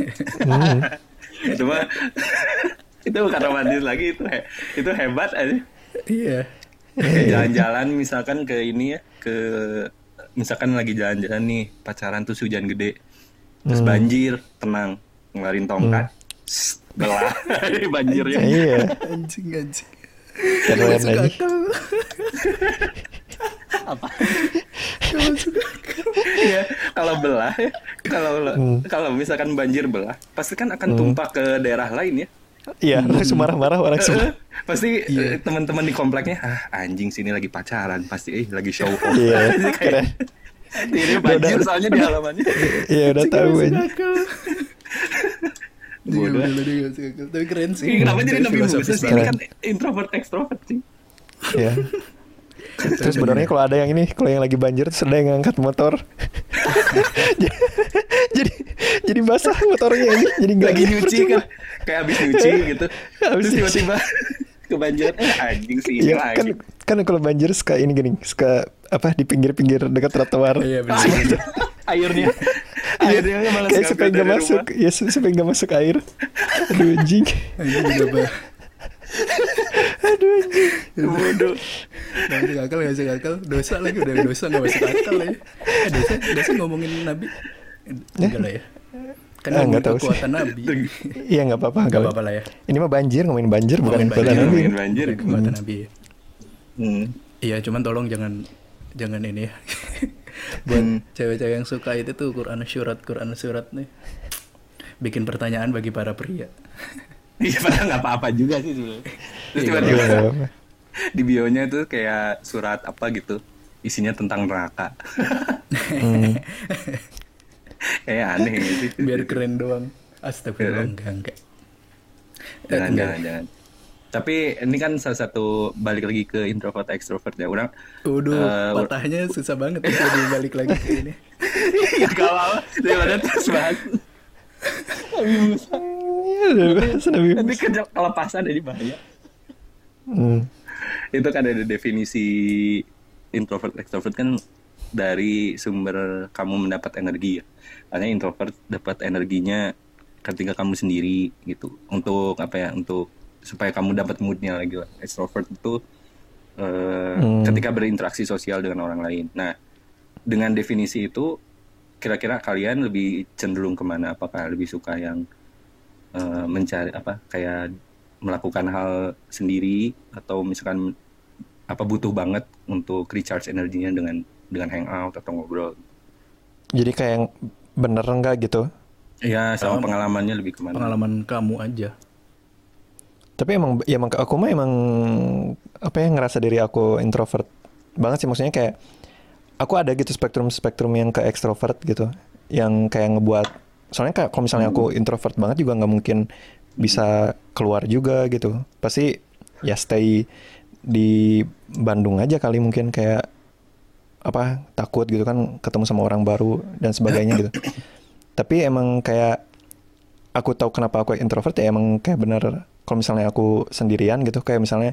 itu bukan romantis lagi, itu hebat aja. Iya. Jalan-jalan misalkan ke ini ya, misalkan lagi jalan-jalan nih, pacaran tuh hujan gede. Terus banjir, tenang, ngelarin tongkat, belah banjirnya. Iya. Anjing. Keren aja. Apa? Ya, kalau belah ya, kalau misalkan banjir belah, pasti kan akan tumpah ke daerah lain ya. Iya, langsung marah-marah orang semua. Pasti teman-teman di kompleknya, anjing sini lagi pacaran, pasti lagi show off. Iya, keren. Ini banjir soalnya di halamannya. Iya, udah tahu aja. Tapi keren sih. Kenapa jadi Nabi Musa sih? Ini kan introvert extrovert sih. Iya. Terus sebenarnya kalau ada yang lagi banjir terus ada yang ngangkat motor. jadi basah motornya ini. Jadi nggak lagi nyuci kan, kayak habis nyuci gitu. Terus tiba-tiba kebanjiran, anjing sih ini ya, lagi. Kan kalau banjir suka suka apa di pinggir-pinggir dekat trotoar. Iya benar. Airnya malah kayak supaya nggak masuk, ya supaya nggak masuk air. Aduh anjing. Aduh anjing. Bodoh. Nggak masuk akal. Dosa lagi, udah dosa nggak masuk akal ya. Dosa ngomongin Nabi. Enggak lah ya. Kan ngomongin kekuatan Nabi. Iya nggak apa-apa lah ya. Ini mah ngomongin banjir bukan ngomongin banjir. Kekuatan Nabi. Iya, cuman tolong jangan ini ya. Buat cewek-cewek yang suka itu tuh Quran surat nih. Bikin pertanyaan bagi para pria. Iya, padahal nggak apa-apa juga sih sebenarnya. Terus tiba-tiba di bionya tuh kayak surat apa gitu, isinya tentang neraka. Kayak aneh gitu. Biar keren doang. Astagfirullah, enggak. Jangan. Tapi ini kan salah satu balik lagi ke introvert extrovert ya orang. Patahnya susah banget ya jadi balik lagi ke ini. Ya kalau daripada terus banget. Nanti kelepasan jadi bahaya. Itu kan ada definisi introvert extrovert kan dari sumber kamu mendapat energi ya. Karena introvert dapat energinya ketika kamu sendiri gitu. Untuk apa ya? Untuk supaya kamu dapat moodnya lagi lah. Extrovert itu ketika berinteraksi sosial dengan orang lain. Nah, dengan definisi itu, kira-kira kalian lebih cenderung kemana? Apakah lebih suka yang mencari kayak melakukan hal sendiri, atau misalkan butuh banget untuk recharge energinya dengan hangout atau ngobrol? Jadi kayak yang bener enggak gitu. Iya, sama pengalamannya lebih kemana? Pengalaman kamu aja. Tapi emang aku mah emang ngerasa diri aku introvert banget sih, maksudnya kayak aku ada gitu spektrum yang ke ekstrovert gitu, yang kayak ngebuat, soalnya kayak kalau misalnya aku introvert banget juga nggak mungkin bisa keluar juga gitu, pasti ya stay di Bandung aja kali, mungkin kayak takut gitu kan ketemu sama orang baru dan sebagainya gitu. Tapi emang kayak aku tahu kenapa aku introvert ya, emang kayak bener kalau misalnya aku sendirian gitu, kayak misalnya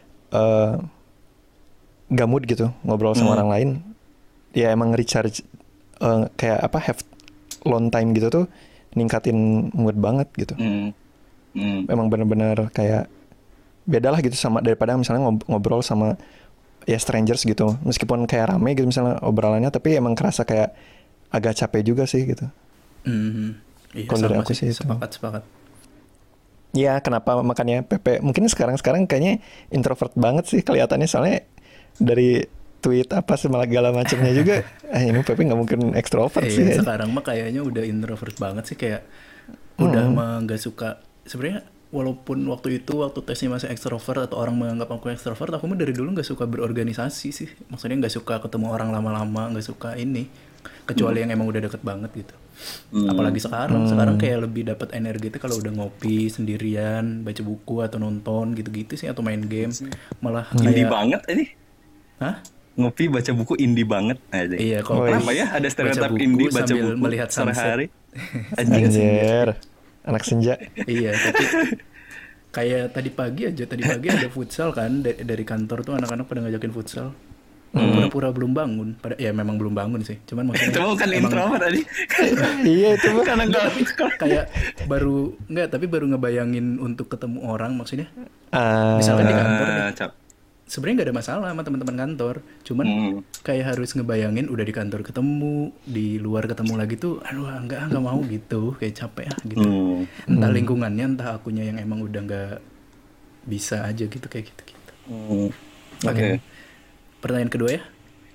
gak mood gitu ngobrol sama orang lain, ya emang recharge, kayak have alone time gitu tuh ningkatin mood banget gitu. Emang bener-bener kayak beda lah gitu sama daripada misalnya ngobrol sama ya strangers gitu, meskipun kayak rame gitu misalnya obrolannya, tapi emang kerasa kayak agak capek juga sih gitu. Iya, Kalau dari sama aku sih itu. sepakat. Ya, kenapa makanya Pepe mungkin sekarang kayaknya introvert banget sih kelihatannya, soalnya dari tweet segala macamnya juga ini Pepe nggak mungkin ekstrovert sih. Sekarang mah kayaknya udah introvert banget sih, kayak udah mah nggak suka sebenarnya. Walaupun waktu tesnya masih ekstrovert atau orang menganggap aku ekstrovert, aku mah dari dulu nggak suka berorganisasi sih. Maksudnya nggak suka ketemu orang lama-lama, nggak suka ini, kecuali yang emang udah deket banget gitu. Apalagi sekarang kayak lebih dapat energi itu kalau udah ngopi sendirian, baca buku atau nonton gitu-gitu sih, atau main game. Malah indie kayak banget ini. Hah? Ngopi baca buku indie banget aja. Iya, kalau kenapa ya ada stereotip indie baca buku melihat sehari-hari? Anjir, anak senja. Iya, tapi kayak tadi pagi ada futsal kan, dari kantor tuh anak-anak pada ngajakin futsal. Pura-pura belum bangun, ya memang belum bangun sih, cuman maksudnya itu bukan introvert tadi. Iya, itu bukan kayak baru ngebayangin untuk ketemu orang, maksudnya misalkan di kantor nih, sebenarnya nggak ada masalah sama teman-teman kantor, cuman kayak harus ngebayangin udah di kantor ketemu, di luar ketemu lagi tuh, aduh nggak mau gitu, kayak capek gitu. Entah lingkungannya, entah akunya yang emang udah nggak bisa aja gitu, kayak gitu. Oke. Pertanyaan kedua ya.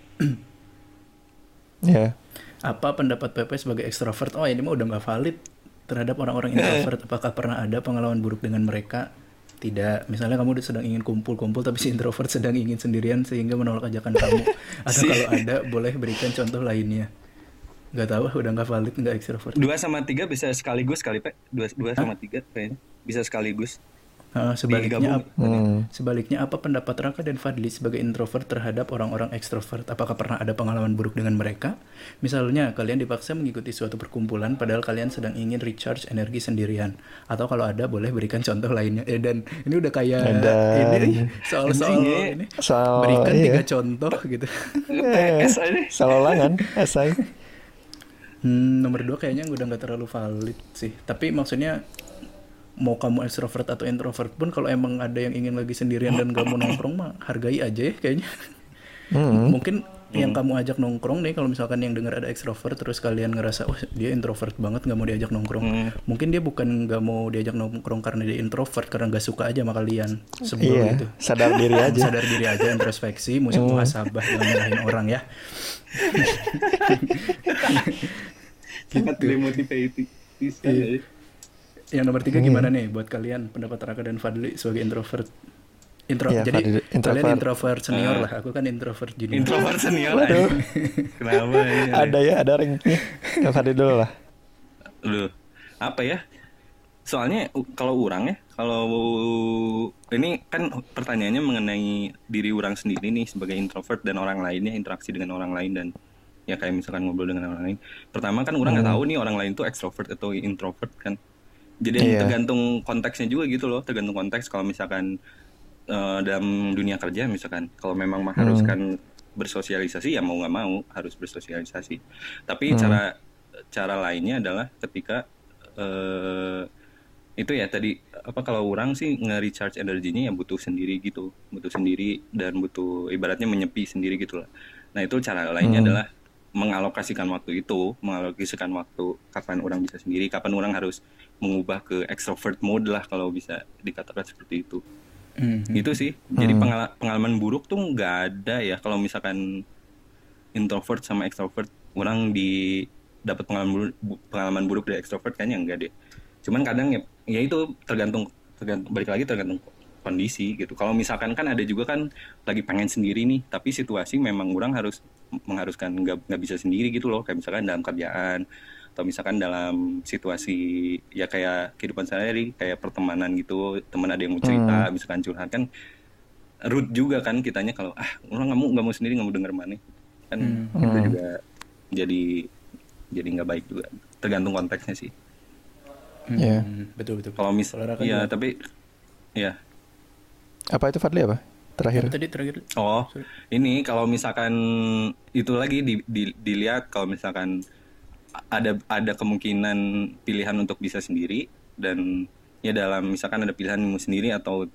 Ya. Apa pendapat Pepe sebagai ekstrovert? Oh, ini mah udah nggak valid terhadap orang-orang introvert. Apakah pernah ada pengalaman buruk dengan mereka? Tidak. Misalnya kamu sedang ingin kumpul-kumpul tapi si introvert sedang ingin sendirian sehingga menolak ajakan kamu. Atau kalau ada, boleh berikan contoh lainnya. Gak tahu, udah nggak valid, nggak ekstrovert. 2 sama 3 bisa sekaligus kali, Pak. 2 sama 3 kayaknya bisa sekaligus. Sebaliknya apa pendapat Raka dan Fadli sebagai introvert terhadap orang-orang ekstrovert? Apakah pernah ada pengalaman buruk dengan mereka? Misalnya kalian dipaksa mengikuti suatu perkumpulan padahal kalian sedang ingin recharge energi sendirian. Atau kalau ada, boleh berikan contoh lainnya. Dan ini udah kayak ini soal ini. Berikan 3 contoh gitu. Soal ulangan, esai. Nomor 2 kayaknya udah nggak terlalu valid sih. Tapi maksudnya mau kamu ekstrovert atau introvert pun, kalau emang ada yang ingin lagi sendirian dan gak mau nongkrong mah hargai aja ya kayaknya. Mungkin yang kamu ajak nongkrong nih, kalau misalkan yang dengar ada ekstrovert terus kalian ngerasa dia introvert banget gak mau diajak nongkrong, mungkin dia bukan gak mau diajak nongkrong karena dia introvert, karena gak suka aja sama kalian. Sebelum gitu sadar diri aja. Introspeksi, muhasabah, jangan nyalahin orang ya. Sangat demotivating. Yang nomor 3 gimana nih buat kalian, pendapat Raka dan Fadli sebagai introvert? Jadi kalian introvert senior lah, aku kan introvert junior. Introvert senior aja. Kenapa ya? Ada ranknya. Fadli dulu lah. Loh, apa ya? Soalnya kalau ini kan pertanyaannya mengenai diri orang sendiri nih sebagai introvert, dan orang lainnya, interaksi dengan orang lain, dan ya kayak misalkan ngobrol dengan orang lain. Pertama kan orang nggak tahu nih orang lain tuh extrovert atau introvert kan. Jadi tergantung konteksnya juga gitu loh, tergantung konteks. Kalau misalkan dalam dunia kerja misalkan, kalau memang mengharuskan bersosialisasi, ya mau nggak mau harus bersosialisasi. Tapi cara lainnya adalah ketika itu ya tadi apa, kalau orang sih nge-recharge energinya ya butuh sendiri gitu, butuh sendiri dan butuh ibaratnya menyepi sendiri gitu lah. Nah itu cara lainnya adalah mengalokasikan waktu kapan orang bisa sendiri, kapan orang harus mengubah ke extrovert mode lah kalau bisa dikatakan seperti itu. Gitu sih. Jadi pengalaman buruk tuh nggak ada ya kalau misalkan introvert sama extrovert. Orang dapat pengalaman buruk dari extrovert kayaknya enggak deh. Cuman kadang ya itu tergantung balik lagi tergantung kondisi gitu. Kalau misalkan kan ada juga kan lagi pengen sendiri nih, tapi situasi memang orang mengharuskan nggak bisa sendiri gitu loh. Kayak misalkan dalam kerjaan atau misalkan dalam situasi ya kayak kehidupan sehari-hari, kayak pertemanan gitu, teman ada yang mau cerita, misalkan curhat kan rude juga kan kitanya kalau orang nggak mau sendiri, nggak mau denger mana kan, itu juga jadi nggak baik juga. Tergantung konteksnya sih. Betul. Kalau ya tapi ya apa itu Fadli apa terakhir? Tadi terakhir. Oh, ini kalau misalkan itu lagi dilihat kalau misalkan ada kemungkinan pilihan untuk bisa sendiri, dan ya dalam misalkan ada pilihanmu sendiri atau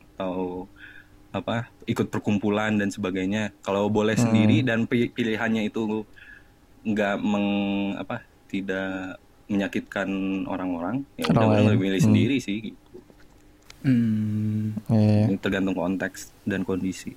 apa ikut perkumpulan dan sebagainya. Kalau boleh sendiri dan pilihannya itu nggak tidak menyakitkan orang-orang, ya udah orang lebih milih sendiri sih gitu. Ini tergantung konteks dan kondisi.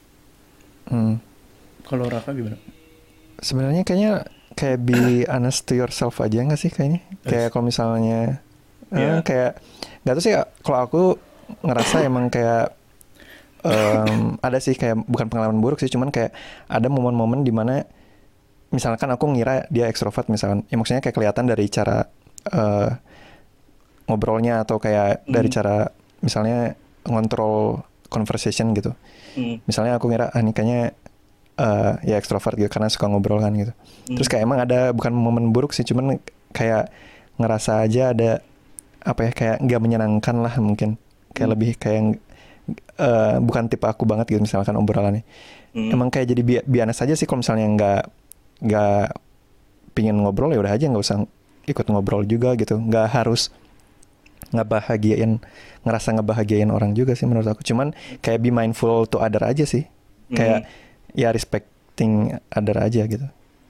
Kalau Raka gimana? Sebenarnya kayaknya kayak be honest to yourself aja nggak sih kayaknya. Kayak kalau misalnya kayak nggak tahu sih, kalau aku ngerasa emang kayak ada sih kayak bukan pengalaman buruk sih, cuman kayak ada momen-momen dimana misalkan aku ngira dia ekstrovert misalkan, ya maksudnya kayak kelihatan dari cara ngobrolnya atau kayak dari cara misalnya ngontrol conversation gitu. Misalnya aku ngira ini kayaknya ya ekstrovert gitu karena suka ngobrol kan gitu. Terus kayak emang ada bukan momen buruk sih, cuman kayak ngerasa aja ada apa ya, kayak nggak menyenangkan lah mungkin, kayak lebih kayak bukan tipe aku banget gitu misalkan obrolannya. Emang kayak jadi biasa saja sih kalau misalnya nggak pingin ngobrol ya udah aja nggak usah ikut ngobrol juga gitu, nggak harus ngerasa ngebahagiain orang juga sih menurut aku. Cuman kayak be mindful to other aja sih, kayak ya respecting other aja gitu.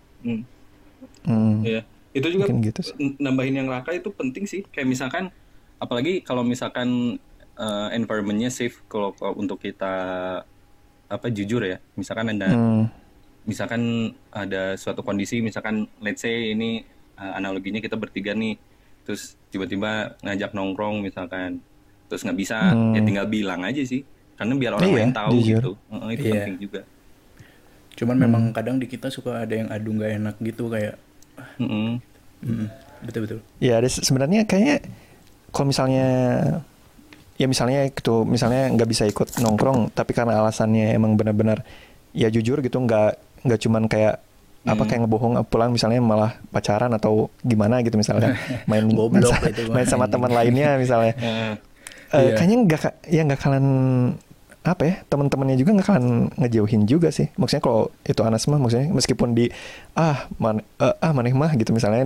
Ya itu juga gitu nambahin yang Raka itu penting sih, kayak misalkan apalagi kalau misalkan environmentnya safe kalau untuk kita jujur ya, misalkan ada suatu kondisi, misalkan let's say ini analoginya kita bertiga nih, terus tiba-tiba ngajak nongkrong misalkan, terus nggak bisa, ya tinggal bilang aja sih, karena biar orang lain tahu gitu. Itu penting juga. Cuman memang kadang di kita suka ada yang adu nggak enak gitu kayak betul. Ya ada sebenarnya kayaknya kalau misalnya nggak bisa ikut nongkrong tapi karena alasannya emang benar-benar ya jujur gitu, nggak cuman kayak kayak ngebohong pulang misalnya malah pacaran atau gimana gitu misalnya main sama teman lainnya misalnya. Kayaknya nggak kalian teman-temannya juga nggak kalian ngejauhin juga sih. Maksudnya kalau itu Anas mah, maksudnya meskipun maneh mah gitu misalnya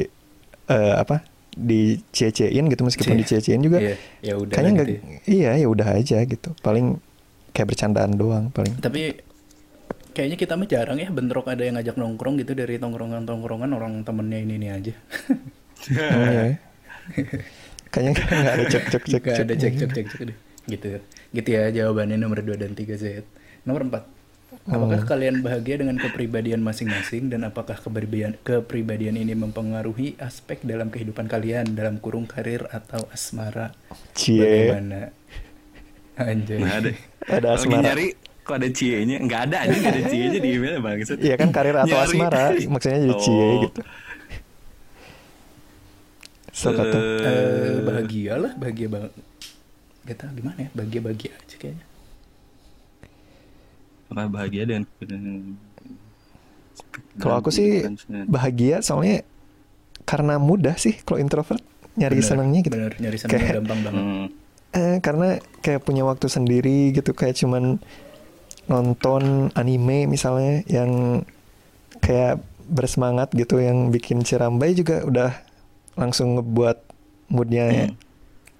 dicie-ciein gitu, meskipun dicie-ciein juga ya udah kayaknya nggak gitu. Ya udah aja gitu, paling kayak bercandaan doang paling. Tapi kayaknya kita mah jarang ya bentrok ada yang ngajak nongkrong gitu dari tongkrongan orang temennya ini aja. Kayaknya nggak ada cek deh. Gitu ya jawabannya nomor 2 dan 3 Z. Nomor 4. Apakah kalian bahagia dengan kepribadian masing-masing, dan apakah kepribadian ini mempengaruhi aspek dalam kehidupan kalian dalam kurung karir atau asmara? Bagaimana? Anjay. Ada asmara. Nyari kok ada cie-nya? Nggak ada cie-nya di emailnya bangsat. Iya kan, karir atau asmara maksudnya jadi cie gitu. Bahagia banget. Gak tau gimana ya, bahagia aja kayaknya. Apa bahagia dan kalau aku sih bahagia soalnya karena mudah sih. Kalau introvert nyari senangnya gitu. Bener, nyari senangnya gampang banget. Karena kayak punya waktu sendiri gitu, kayak cuman nonton anime misalnya yang kayak bersemangat gitu, yang bikin cirambai juga udah langsung ngebuat moodnya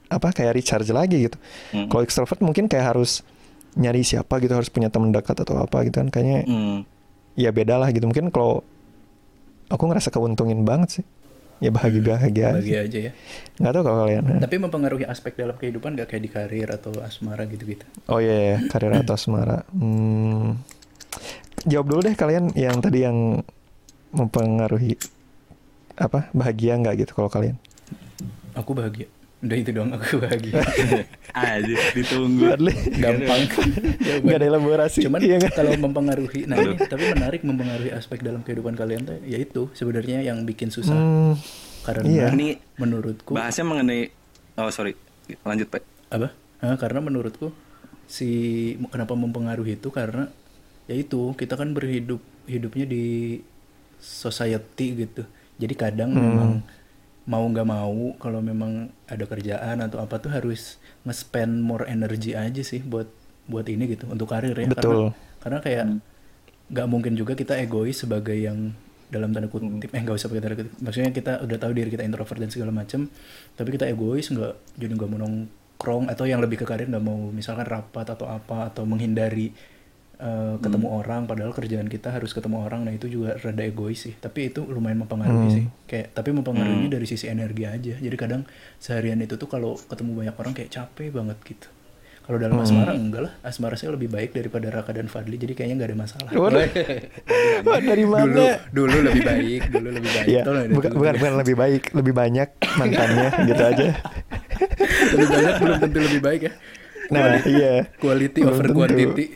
apa kayak recharge lagi gitu. Kalau extrovert mungkin kayak harus nyari siapa gitu, harus punya teman dekat atau apa gitu kan, kayaknya ya beda lah gitu. Mungkin kalau aku ngerasa keuntungin banget sih, ya bahagia aja. Aja ya. Nggak tahu kalau kalian. Tapi mempengaruhi aspek dalam kehidupan nggak, kayak di karir atau asmara gitu-gitu? Oh iya, karir atau asmara. Jawab dulu deh kalian yang tadi, yang mempengaruhi apa, bahagia nggak gitu kalau kalian? Aku bahagia. Udah itu doang, aku bahagia. Aja ditunggu. Gampang. Nggak ada elaborasi. Cuman iya gak? kalau mempengaruhi, nah ini tapi menarik, mempengaruhi aspek dalam kehidupan kalian tuh, yaitu sebenarnya yang bikin susah. Karena iya. Ini menurutku bahasnya mengenai, oh sorry, lanjut Pak. apa? Karena menurutku kenapa mempengaruhi itu karena yaitu kita kan hidupnya di society gitu. Jadi kadang memang mau nggak mau, kalau memang ada kerjaan atau apa tuh harus nge-spend more energy aja sih buat ini gitu, untuk karir ya. Betul. Karena kayak nggak mungkin juga kita egois sebagai yang dalam tanda kutip, nggak usah pakai tanda kutip, maksudnya kita udah tahu diri kita introvert dan segala macam, tapi kita egois, nggak mau nongkrong, atau yang lebih ke karir nggak mau misalkan rapat atau apa, atau menghindari ketemu orang, padahal kerjaan kita harus ketemu orang. Nah itu juga rada egois sih, tapi itu lumayan mempengaruhi sih, kayak tapi mempengaruhinya dari sisi energi aja. Jadi kadang seharian itu tuh kalau ketemu banyak orang kayak capek banget gitu. Kalau dalam asmara enggak lah, asmara saya lebih baik daripada Raka dan Fadli, jadi kayaknya nggak ada masalah. Wah, dari mana? Dulu lebih baik. Ya, bukan lebih baik, lebih banyak mantannya gitu aja. Lebih banyak belum tentu lebih baik ya. Nah, iya. Quality Belum over tentu. quantity.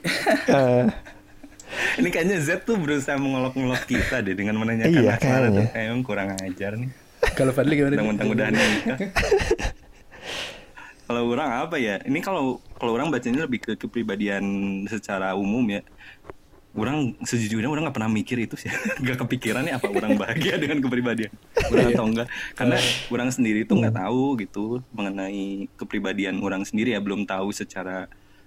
Ini kayaknya Z tuh berusaha mengolok-ngolok kita deh dengan menanyakan Iya, asmara tuh. kayaknya. Emang kurang ajar nih. Kalau Fadli gimana? Mentang-mentang udah nikah. Kalau orang apa ya? Ini kalau orang bacanya lebih ke kepribadian secara umum ya. Orang sejujurnya orang nggak pernah mikir itu sih. Gak kepikiran nih apa orang bahagia dengan kepribadian orang atau enggak. Karena orang sendiri tuh nggak tahu gitu mengenai kepribadian orang sendiri ya. Belum tahu secara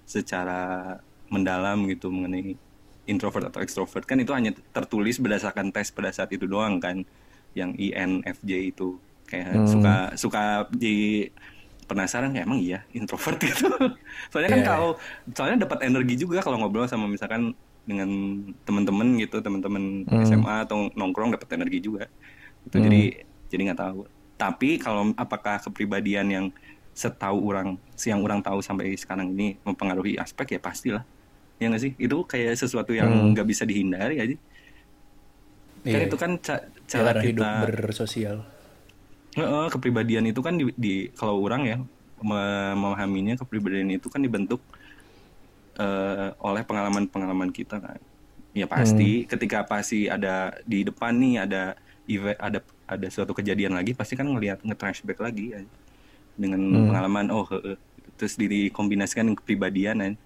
mendalam gitu mengenai introvert atau extrovert. Kan itu hanya tertulis berdasarkan tes pada saat itu doang kan. Yang INFJ itu kayak suka di penasaran kayak emang iya introvert gitu. Soalnya kan soalnya dapat energi juga kalau ngobrol sama misalkan dengan teman-teman gitu, teman-teman SMA atau nongkrong, dapat energi juga. Itu jadi nggak tahu. Tapi kalau apakah kepribadian yang setahu orang, yang orang tahu sampai sekarang ini mempengaruhi aspek, ya pastilah. Ya nggak sih? Itu kayak sesuatu yang nggak bisa dihindari aja. Kan itu kan cara kita hidup bersosial. Kepribadian itu kan di kalau orang ya memahaminya, kepribadian itu kan dibentuk oleh pengalaman kita kan. Ya pasti ketika pasti ada di depan nih ada event, ada suatu kejadian lagi, pasti kan nge-flashback lagi ya. Dengan pengalaman terus dikombinasikan kepribadian kan.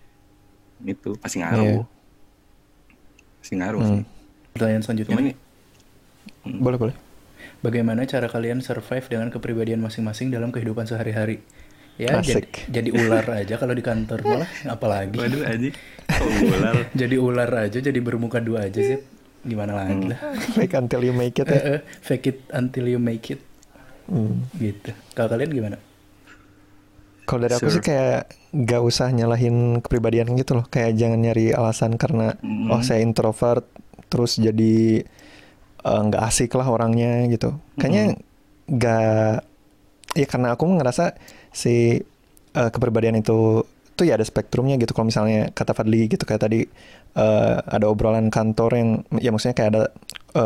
Itu pasti ngaruh. Pasti ngaruh sih. Pertanyaan selanjutnya. Boleh. Bagaimana cara kalian survive dengan kepribadian masing-masing dalam kehidupan sehari-hari? Ya, jadi ular aja kalau di kantor malah, apalagi. Waduh aja. Ular. Jadi ular aja, jadi bermuka dua aja sih. Gimana lagi lah. Fake until you make it ya. Fake it until you make it. Gitu. Kalau kalian gimana? Kalau dari aku sih kayak gak usah nyalahin kepribadian gitu loh. Kayak jangan nyari alasan karena saya introvert terus jadi gak asik lah orangnya gitu. Kayaknya gak, ya karena aku ngerasa si kepribadian itu tuh ya ada spektrumnya gitu. Kalau misalnya kata Fadli gitu, kayak tadi ada obrolan kantor yang ya maksudnya kayak ada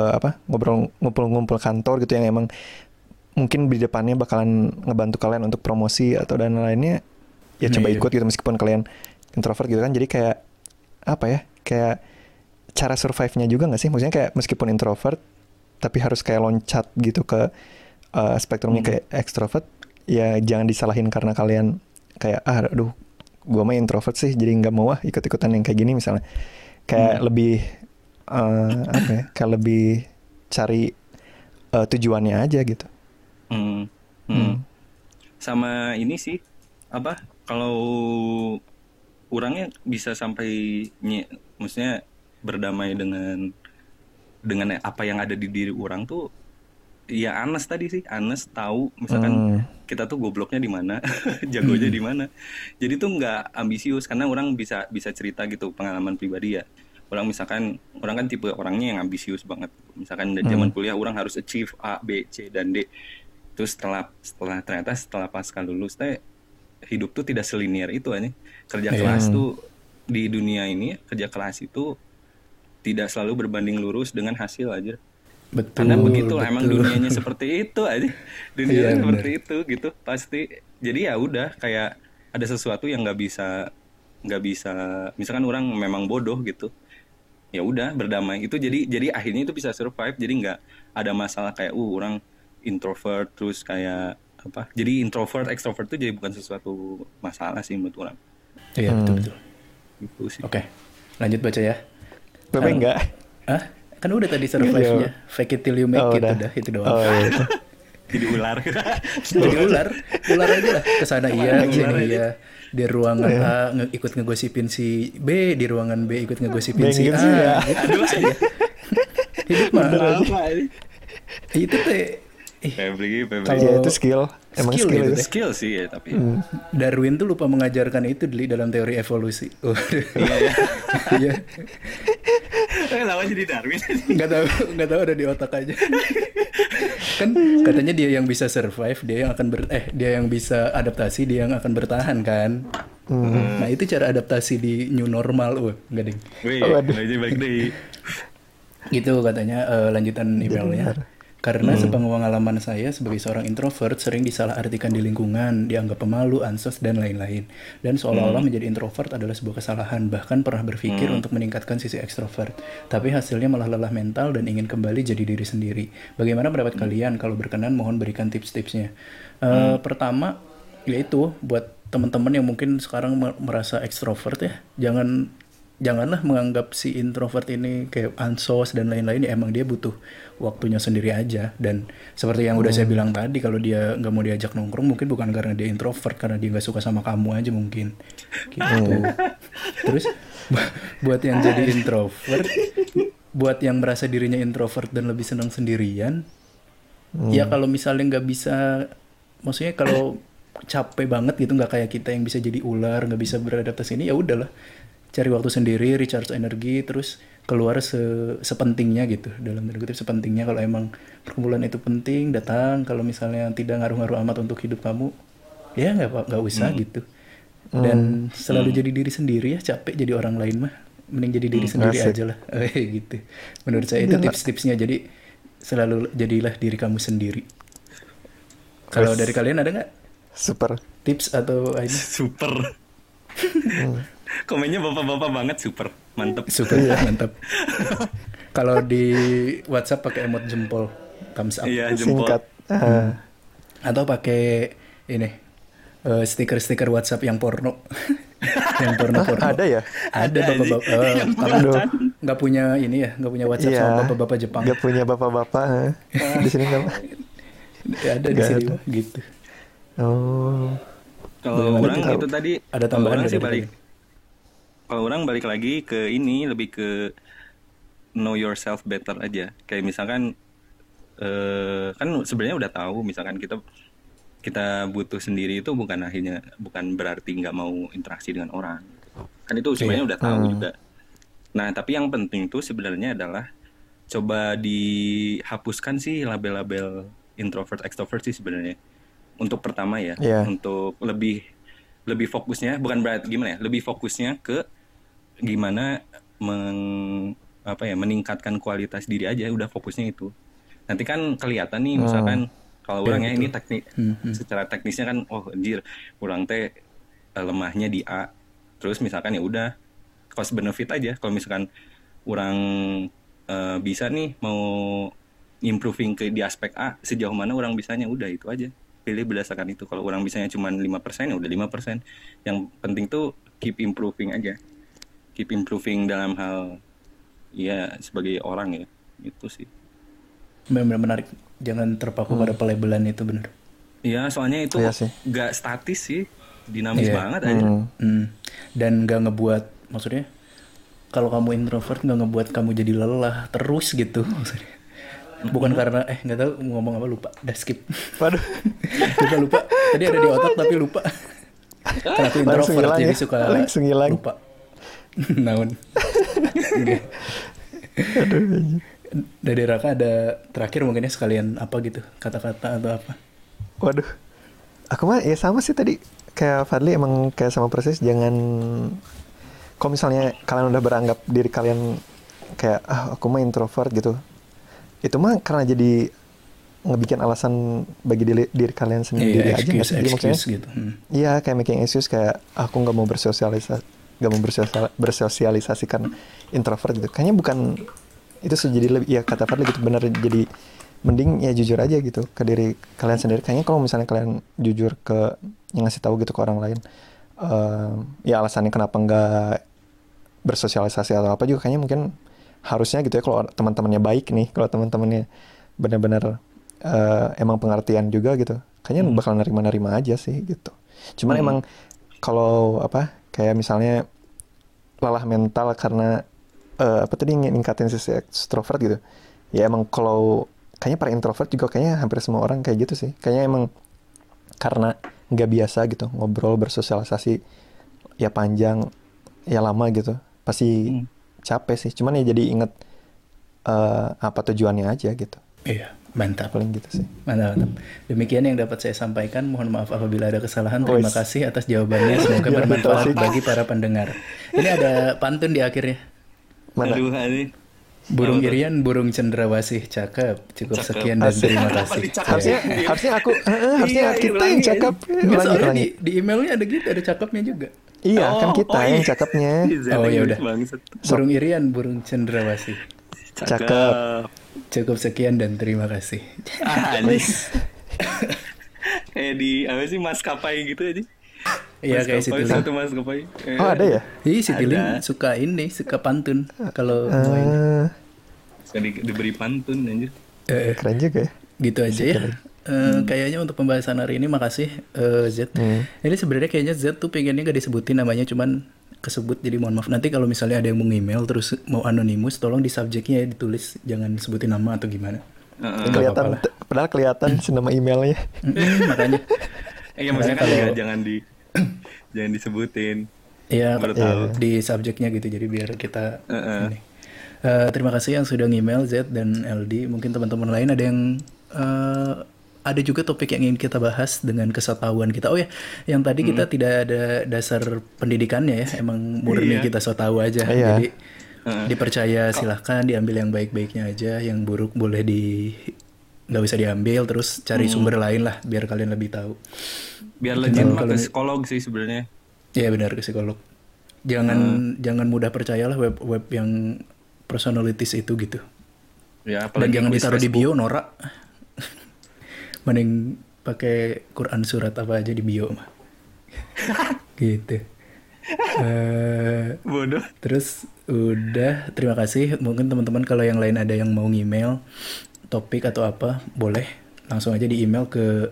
ngumpul kantor gitu yang emang mungkin di depannya bakalan ngebantu kalian untuk promosi atau dan lainnya, ya coba ikut gitu meskipun kalian introvert gitu kan. Jadi kayak apa ya, kayak cara survive-nya juga gak sih? Maksudnya kayak meskipun introvert tapi harus kayak loncat gitu ke spektrumnya kayak extrovert, ya jangan disalahin karena kalian kayak aduh gue mah introvert sih jadi nggak mau ikut-ikutan yang kayak gini misalnya. Kayak lebih apa ya, kayak lebih cari tujuannya aja gitu. Sama ini sih apa, kalau orangnya bisa sampai maksudnya berdamai dengan apa yang ada di diri orang tuh ya Anes tadi sih, Anes tahu misalkan kita tuh gobloknya di mana, jagonya di mana. Jadi tuh nggak ambisius karena orang bisa bisa cerita gitu pengalaman pribadi ya. Orang misalkan orang kan tipe orangnya yang ambisius banget. Misalkan dari zaman kuliah orang harus achieve A, B, C dan D. Terus setelah pasca lulus teh hidup tuh tidak selinier itu aja. Kerja kelas tuh di dunia ini kerja kelas itu tidak selalu berbanding lurus dengan hasil aja. Betul. Karena begitu emang dunianya seperti itu aja. Dunianya seperti itu gitu pasti. Jadi ya udah kayak ada sesuatu yang nggak bisa misalkan orang memang bodoh gitu. Ya udah berdamai itu jadi akhirnya itu bisa survive. Jadi nggak ada masalah kayak orang introvert terus kayak apa. Jadi introvert extrovert itu jadi bukan sesuatu masalah sih menurut orang. Iya betul. Gitu sih. Oke. Lanjut baca ya. Bapak enggak? Hah? Kan udah tadi survive-nya. Fake it till you make it udah itu doang. Oh, iya. Jadi ular. Jadi ular aja lah. Kesana iya, kesini iya. Di ruangan A ikut ngegosipin si B, di ruangan B ikut ngegosipin si A. Ya. Aduh aja. Hidup mah. Itu teh. Febri. Ya itu skill. Emang skill gitu itu. deh. Skill sih ya tapi. Darwin tuh lupa mengajarkan itu dalam teori evolusi. Iya. Kenapa jadi Darwin? Nggak tahu ada di otak aja. Kan katanya dia yang bisa survive, dia yang bisa adaptasi, dia yang akan bertahan kan. Nah itu cara adaptasi di new normal. Nggak ding. Wih, balik deh. Gitu katanya lanjutan emailnya. Karena sepengalaman saya sebagai seorang introvert sering disalahartikan di lingkungan, dianggap pemalu, ansos, dan lain-lain. Dan seolah-olah menjadi introvert adalah sebuah kesalahan, bahkan pernah berpikir untuk meningkatkan sisi ekstrovert. Tapi hasilnya malah lelah mental dan ingin kembali jadi diri sendiri. Bagaimana pendapat kalian? Kalau berkenan mohon berikan tips-tipsnya. Pertama, yaitu buat teman-teman yang mungkin sekarang merasa ekstrovert ya, janganlah menganggap si introvert ini kayak ansos dan lain-lain. Ya emang dia butuh waktunya sendiri aja. Dan seperti yang udah saya bilang tadi, kalau dia nggak mau diajak nongkrong mungkin bukan karena dia introvert, karena dia nggak suka sama kamu aja mungkin gitu. Terus buat yang jadi introvert, buat yang merasa dirinya introvert dan lebih senang sendirian, ya kalau misalnya nggak bisa, maksudnya kalau capek banget gitu, nggak kayak kita yang bisa jadi ular, nggak bisa beradaptasi ini, ya udahlah, cari waktu sendiri, recharge energi, terus keluar sepentingnya gitu, dalam tanda kutip sepentingnya. Kalau emang perkumpulan itu penting, datang. Kalau misalnya tidak ngaruh-ngaruh amat untuk hidup kamu, ya nggak usah gitu. Dan selalu jadi diri sendiri ya. Capek jadi orang lain mah, mending jadi diri sendiri aja lah. Gitu. Menurut saya itu tips-tipsnya. Jadi selalu jadilah diri kamu sendiri. Kalau dari kalian ada nggak? Super. Tips atau ini? Super. Komennya bapak-bapak banget, super. Mantep. Super ya, mantap. Kalau di WhatsApp pakai emot jempol, thumbs up. Iya, jempol. Singkat. Atau pakai ini stiker-stiker WhatsApp yang porno. Yang porno. Ada ya? Ada bapak-bapak. Nggak punya ini ya, nggak punya WhatsApp sama bapak-bapak Jepang. Nggak punya bapak-bapak. Di sini nggak. Ada di sini mah gitu. Oh. Kalau orang itu tadi ada tambahan sih balik. Kalau orang balik lagi ke ini, lebih ke know yourself better aja. Kayak misalkan kan sebenarnya udah tahu, misalkan kita butuh sendiri itu bukan berarti nggak mau interaksi dengan orang. Kan itu sebenarnya udah tahu juga. Nah tapi yang penting tuh sebenarnya adalah coba dihapuskan sih label-label introvert extrovert sih sebenarnya. Untuk pertama ya, untuk lebih fokusnya, bukan berarti gimana ya, lebih fokusnya ke gimana meningkatkan kualitas diri aja, udah fokusnya itu. Nanti kan kelihatan nih, misalkan kalau orangnya ini secara teknisnya kan, oh anjir, orang teh lemahnya di A, terus misalkan ya udah cost benefit aja. Kalau misalkan orang bisa nih mau improving di aspek A, sejauh mana orang bisanya, udah itu aja. Pilih berdasarkan itu. Kalau orang bisanya cuma 5%, ya udah 5%. Yang penting tuh keep improving aja. Keep improving dalam hal ya sebagai orang ya. Itu sih. Benar-benar menarik. Jangan terpaku pada pelabelan itu, benar. Iya, soalnya itu gak statis sih. Dinamis banget aja. Dan gak ngebuat, maksudnya kalau kamu introvert gak ngebuat kamu jadi lelah terus gitu maksudnya. Bukan karena nggak tahu mau ngomong apa, lupa, udah skip. Waduh, Lupa. Tadi ada di otak tapi lupa. Karena aku langsung introvert hilang jadi ya. suka Langsung hilang. lupa. Naon. Oke. Aduh, anjir. Dari Raka ada terakhir mungkinnya sekalian apa gitu, kata-kata atau apa? Waduh, aku mah ya sama sih tadi kayak Fadli, emang kayak sama persis. Jangan, kalau misalnya kalian udah beranggap diri kalian kayak aku mah introvert gitu, itu mah karena jadi ngebikin alasan bagi diri kalian sendiri aja nggak sih? Jadi maksudnya, excuse gitu. iya kayak making excuse, kayak aku nggak mau bersosialisasikan introvert gitu. Kayaknya bukan itu jadi lebih, ya kata Fadli gitu bener, jadi mending ya jujur aja gitu ke diri kalian sendiri. Kayaknya kalau misalnya kalian jujur ke yang ngasih tahu gitu ke orang lain, ya alasannya kenapa nggak bersosialisasi atau apa juga, kayaknya mungkin harusnya gitu ya, kalau teman-temannya baik nih, kalau teman-temannya benar-benar emang pengertian juga gitu, kayaknya bakal nerima-nerima aja sih gitu. Cuman emang kalau apa kayak misalnya lelah mental karena apa tadi ningkatin sisi extrovert gitu, ya emang kalau kayaknya para introvert juga kayaknya hampir semua orang kayak gitu sih. Kayaknya emang karena nggak biasa gitu ngobrol bersosialisasi ya panjang ya lama gitu, pasti capek sih. Cuman ya jadi inget apa tujuannya aja gitu. Iya, mantap. Paling gitu sih. Mantap. Demikian yang dapat saya sampaikan. Mohon maaf apabila ada kesalahan. Terima kasih atas jawabannya. Semoga bermanfaat bagi para pendengar. Ini ada pantun di akhirnya. Mana? Aduh, ini. Burung Irian, burung cendrawasih, cakep. Cukup sekian dan terima kasih. Harusnya aku, harusnya kita yang cakep. Nggak, soalnya di emailnya ada gitu, ada cakepnya juga. Iya, kan kita yang cakepnya. Oh ya udah. Burung Irian, burung cendrawasih. Cakep. Cukup sekian dan terima kasih. Kayak di apa sih, maskapai gitu aja. Iya, kayak Citylink. Satu maskapai. Oh ada ya? Iya, Citylink suka pantun kalau mau ini. Suka diberi pantun anjir. Keren juga ya. Gitu aja ya. Kayaknya untuk pembahasan hari ini makasih Z. Ini sebenarnya kayaknya Z tuh pengennya gak disebutin namanya, cuman kesebut, jadi mohon maaf. Nanti kalau misalnya ada yang mau email terus mau anonimus, tolong di subjeknya ya ditulis, jangan sebutin nama atau gimana. Kelihatan, padahal kelihatan sih nama emailnya. Makanya. Ya maksudnya kan ya, jangan disebutin. Iya, di subjeknya gitu, jadi biar kita ini. Terima kasih yang sudah email Z dan LD. Mungkin teman-teman lain ada yang ada juga topik yang ingin kita bahas dengan kesetahuan kita. Oh ya, yang tadi kita tidak ada dasar pendidikannya ya, emang murni kita so tahu aja. Jadi dipercaya silahkan, diambil yang baik-baiknya aja, yang buruk boleh nggak bisa diambil, terus cari sumber lain lah biar kalian lebih tahu. Biar legit ke psikolog sih sebenarnya. Iya benar, ke psikolog. Jangan mudah percayalah web yang personalities itu gitu. Ya, dan jangan ditaruh di bio, norak. Mending pakai Quran surat apa aja di bio mah. Gitu. Bodoh. Terus udah, terima kasih. Mungkin teman-teman kalau yang lain ada yang mau email topik atau apa, boleh langsung aja di email ke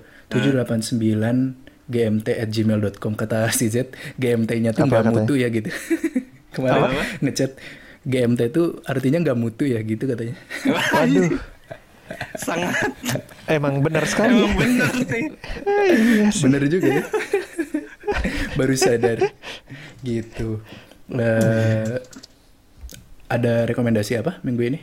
789gmt@gmail.com. Kata si Z, GMT-nya tuh nggak mutu ya gitu. Kemarin ngechat GMT itu artinya nggak mutu ya gitu katanya. Waduh. Sangat. Emang benar sekali. Emang benar sih. Iya sih. Bener juga ya. Baru sadar. Gitu. Ada rekomendasi apa minggu ini?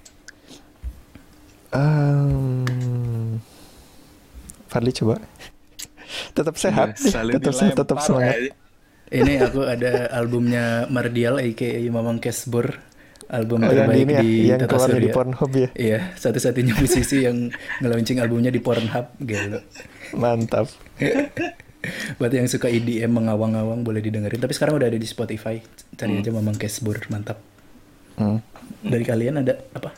Fadli coba. Tetap sehat. Tetap semangat. Ini aku ada albumnya Mardial aka Mamang Kesbor, album terbaik di Tata Surya. Di Pornhub ya. Iya, satu-satunya musisi yang nge-launching albumnya di Pornhub gitu. Mantap. Buat yang suka EDM mengawang-awang boleh didengerin. Tapi sekarang udah ada di Spotify. Cari aja Mamang Kesbor, mantap. Dari kalian ada apa?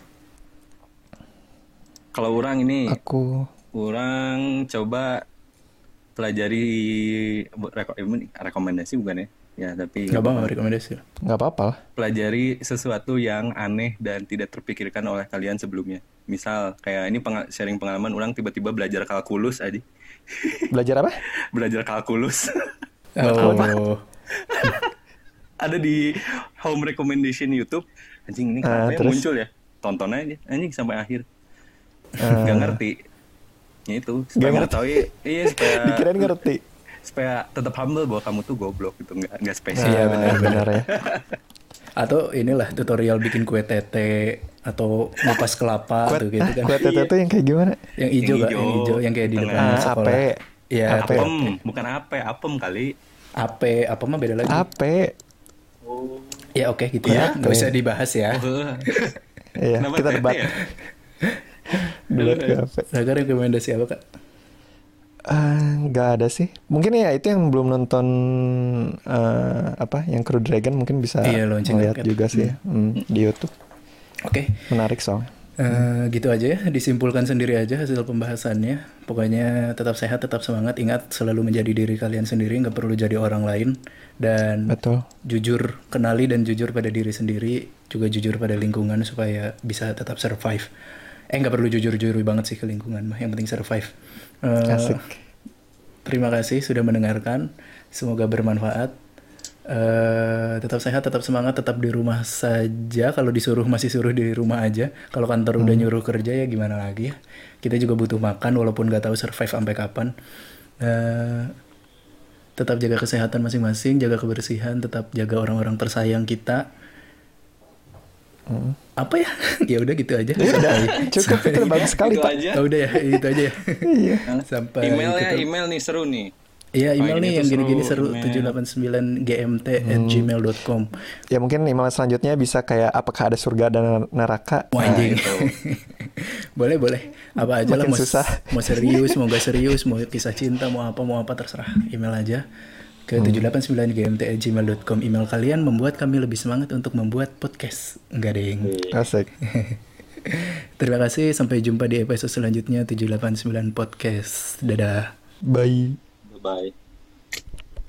Kalau orang ini, orang coba pelajari rekomendasi bukan ya? Ya tapi nggak apa-apa rekomendasi. Nggak apa-apa lah. Pelajari sesuatu yang aneh dan tidak terpikirkan oleh kalian sebelumnya. Misal kayak ini sharing pengalaman orang tiba-tiba belajar kalkulus aja. Belajar apa? Belajar kalkulus. Oh. Ada di home recommendation YouTube. Anjing ini kenapa muncul ya? Tonton aja anjing sampai akhir. nggak ngerti. Ya itu supaya mengetahui, iya supaya Dikirain ngerti. supaya tetap humble bahwa kamu tuh goblok gitu, nggak spesial. Iya, benar ya. Atau inilah tutorial bikin kue tete atau ngupas kelapa tuh gitu kan. Kue tete tuh yang kayak gimana? Yang hijau Yang Kak, yang hijau yang kayak di depan sekolah. Ape. Iya, Apem, bukan apem kali. apa mah beda lagi. Ape. Ya oke gitu ya. Enggak usah dibahas ya. Iya, Kenapa kita tete debat. ya? Debat ke ape. Raga rekomendasi apa Kak? Nggak ada sih. Mungkin ya itu yang belum nonton yang Crew Dragon mungkin bisa launching lihat kan. juga sih di YouTube. Oke. Menarik soalnya. Gitu aja ya, disimpulkan sendiri aja hasil pembahasannya. Pokoknya tetap sehat, tetap semangat. Ingat selalu menjadi diri kalian sendiri, nggak perlu jadi orang lain. Dan Betul. jujur, kenali dan jujur pada diri sendiri, juga jujur pada lingkungan supaya bisa tetap survive. Nggak perlu jujur-jujur banget sih ke lingkungan mah, yang penting survive. Asik. Terima kasih sudah mendengarkan, semoga bermanfaat. Tetap sehat, tetap semangat, tetap di rumah saja. Kalau disuruh masih suruh di rumah aja. Kalau kantor udah nyuruh kerja ya gimana lagi ya. Kita juga butuh makan walaupun nggak tahu survive sampai kapan. Tetap jaga kesehatan masing-masing, jaga kebersihan, tetap jaga orang-orang tersayang kita. Apa ya? Ya udah gitu aja. Cukup itu bagus sekali Itu Pak. aja. Oh, udah ya, itu aja ya. Iya. Sampai Email nih seru nih. Iya, email ini nih tuh yang gini-gini seru, seru, email. 789gmt@gmail.com. Ya mungkin email selanjutnya bisa kayak apakah ada surga dan neraka. Wah, anjing. itu. boleh. Apa aja lah, Makin susah. mau serius, mau gak serius, mau kisah cinta, mau apa terserah. Email aja ke 789gmt@gmail.com. Email kalian membuat kami lebih semangat untuk membuat podcast. Enggak deng. Asik. Terima kasih, sampai jumpa di episode selanjutnya 789 Podcast. Dadah. Bye. Bye.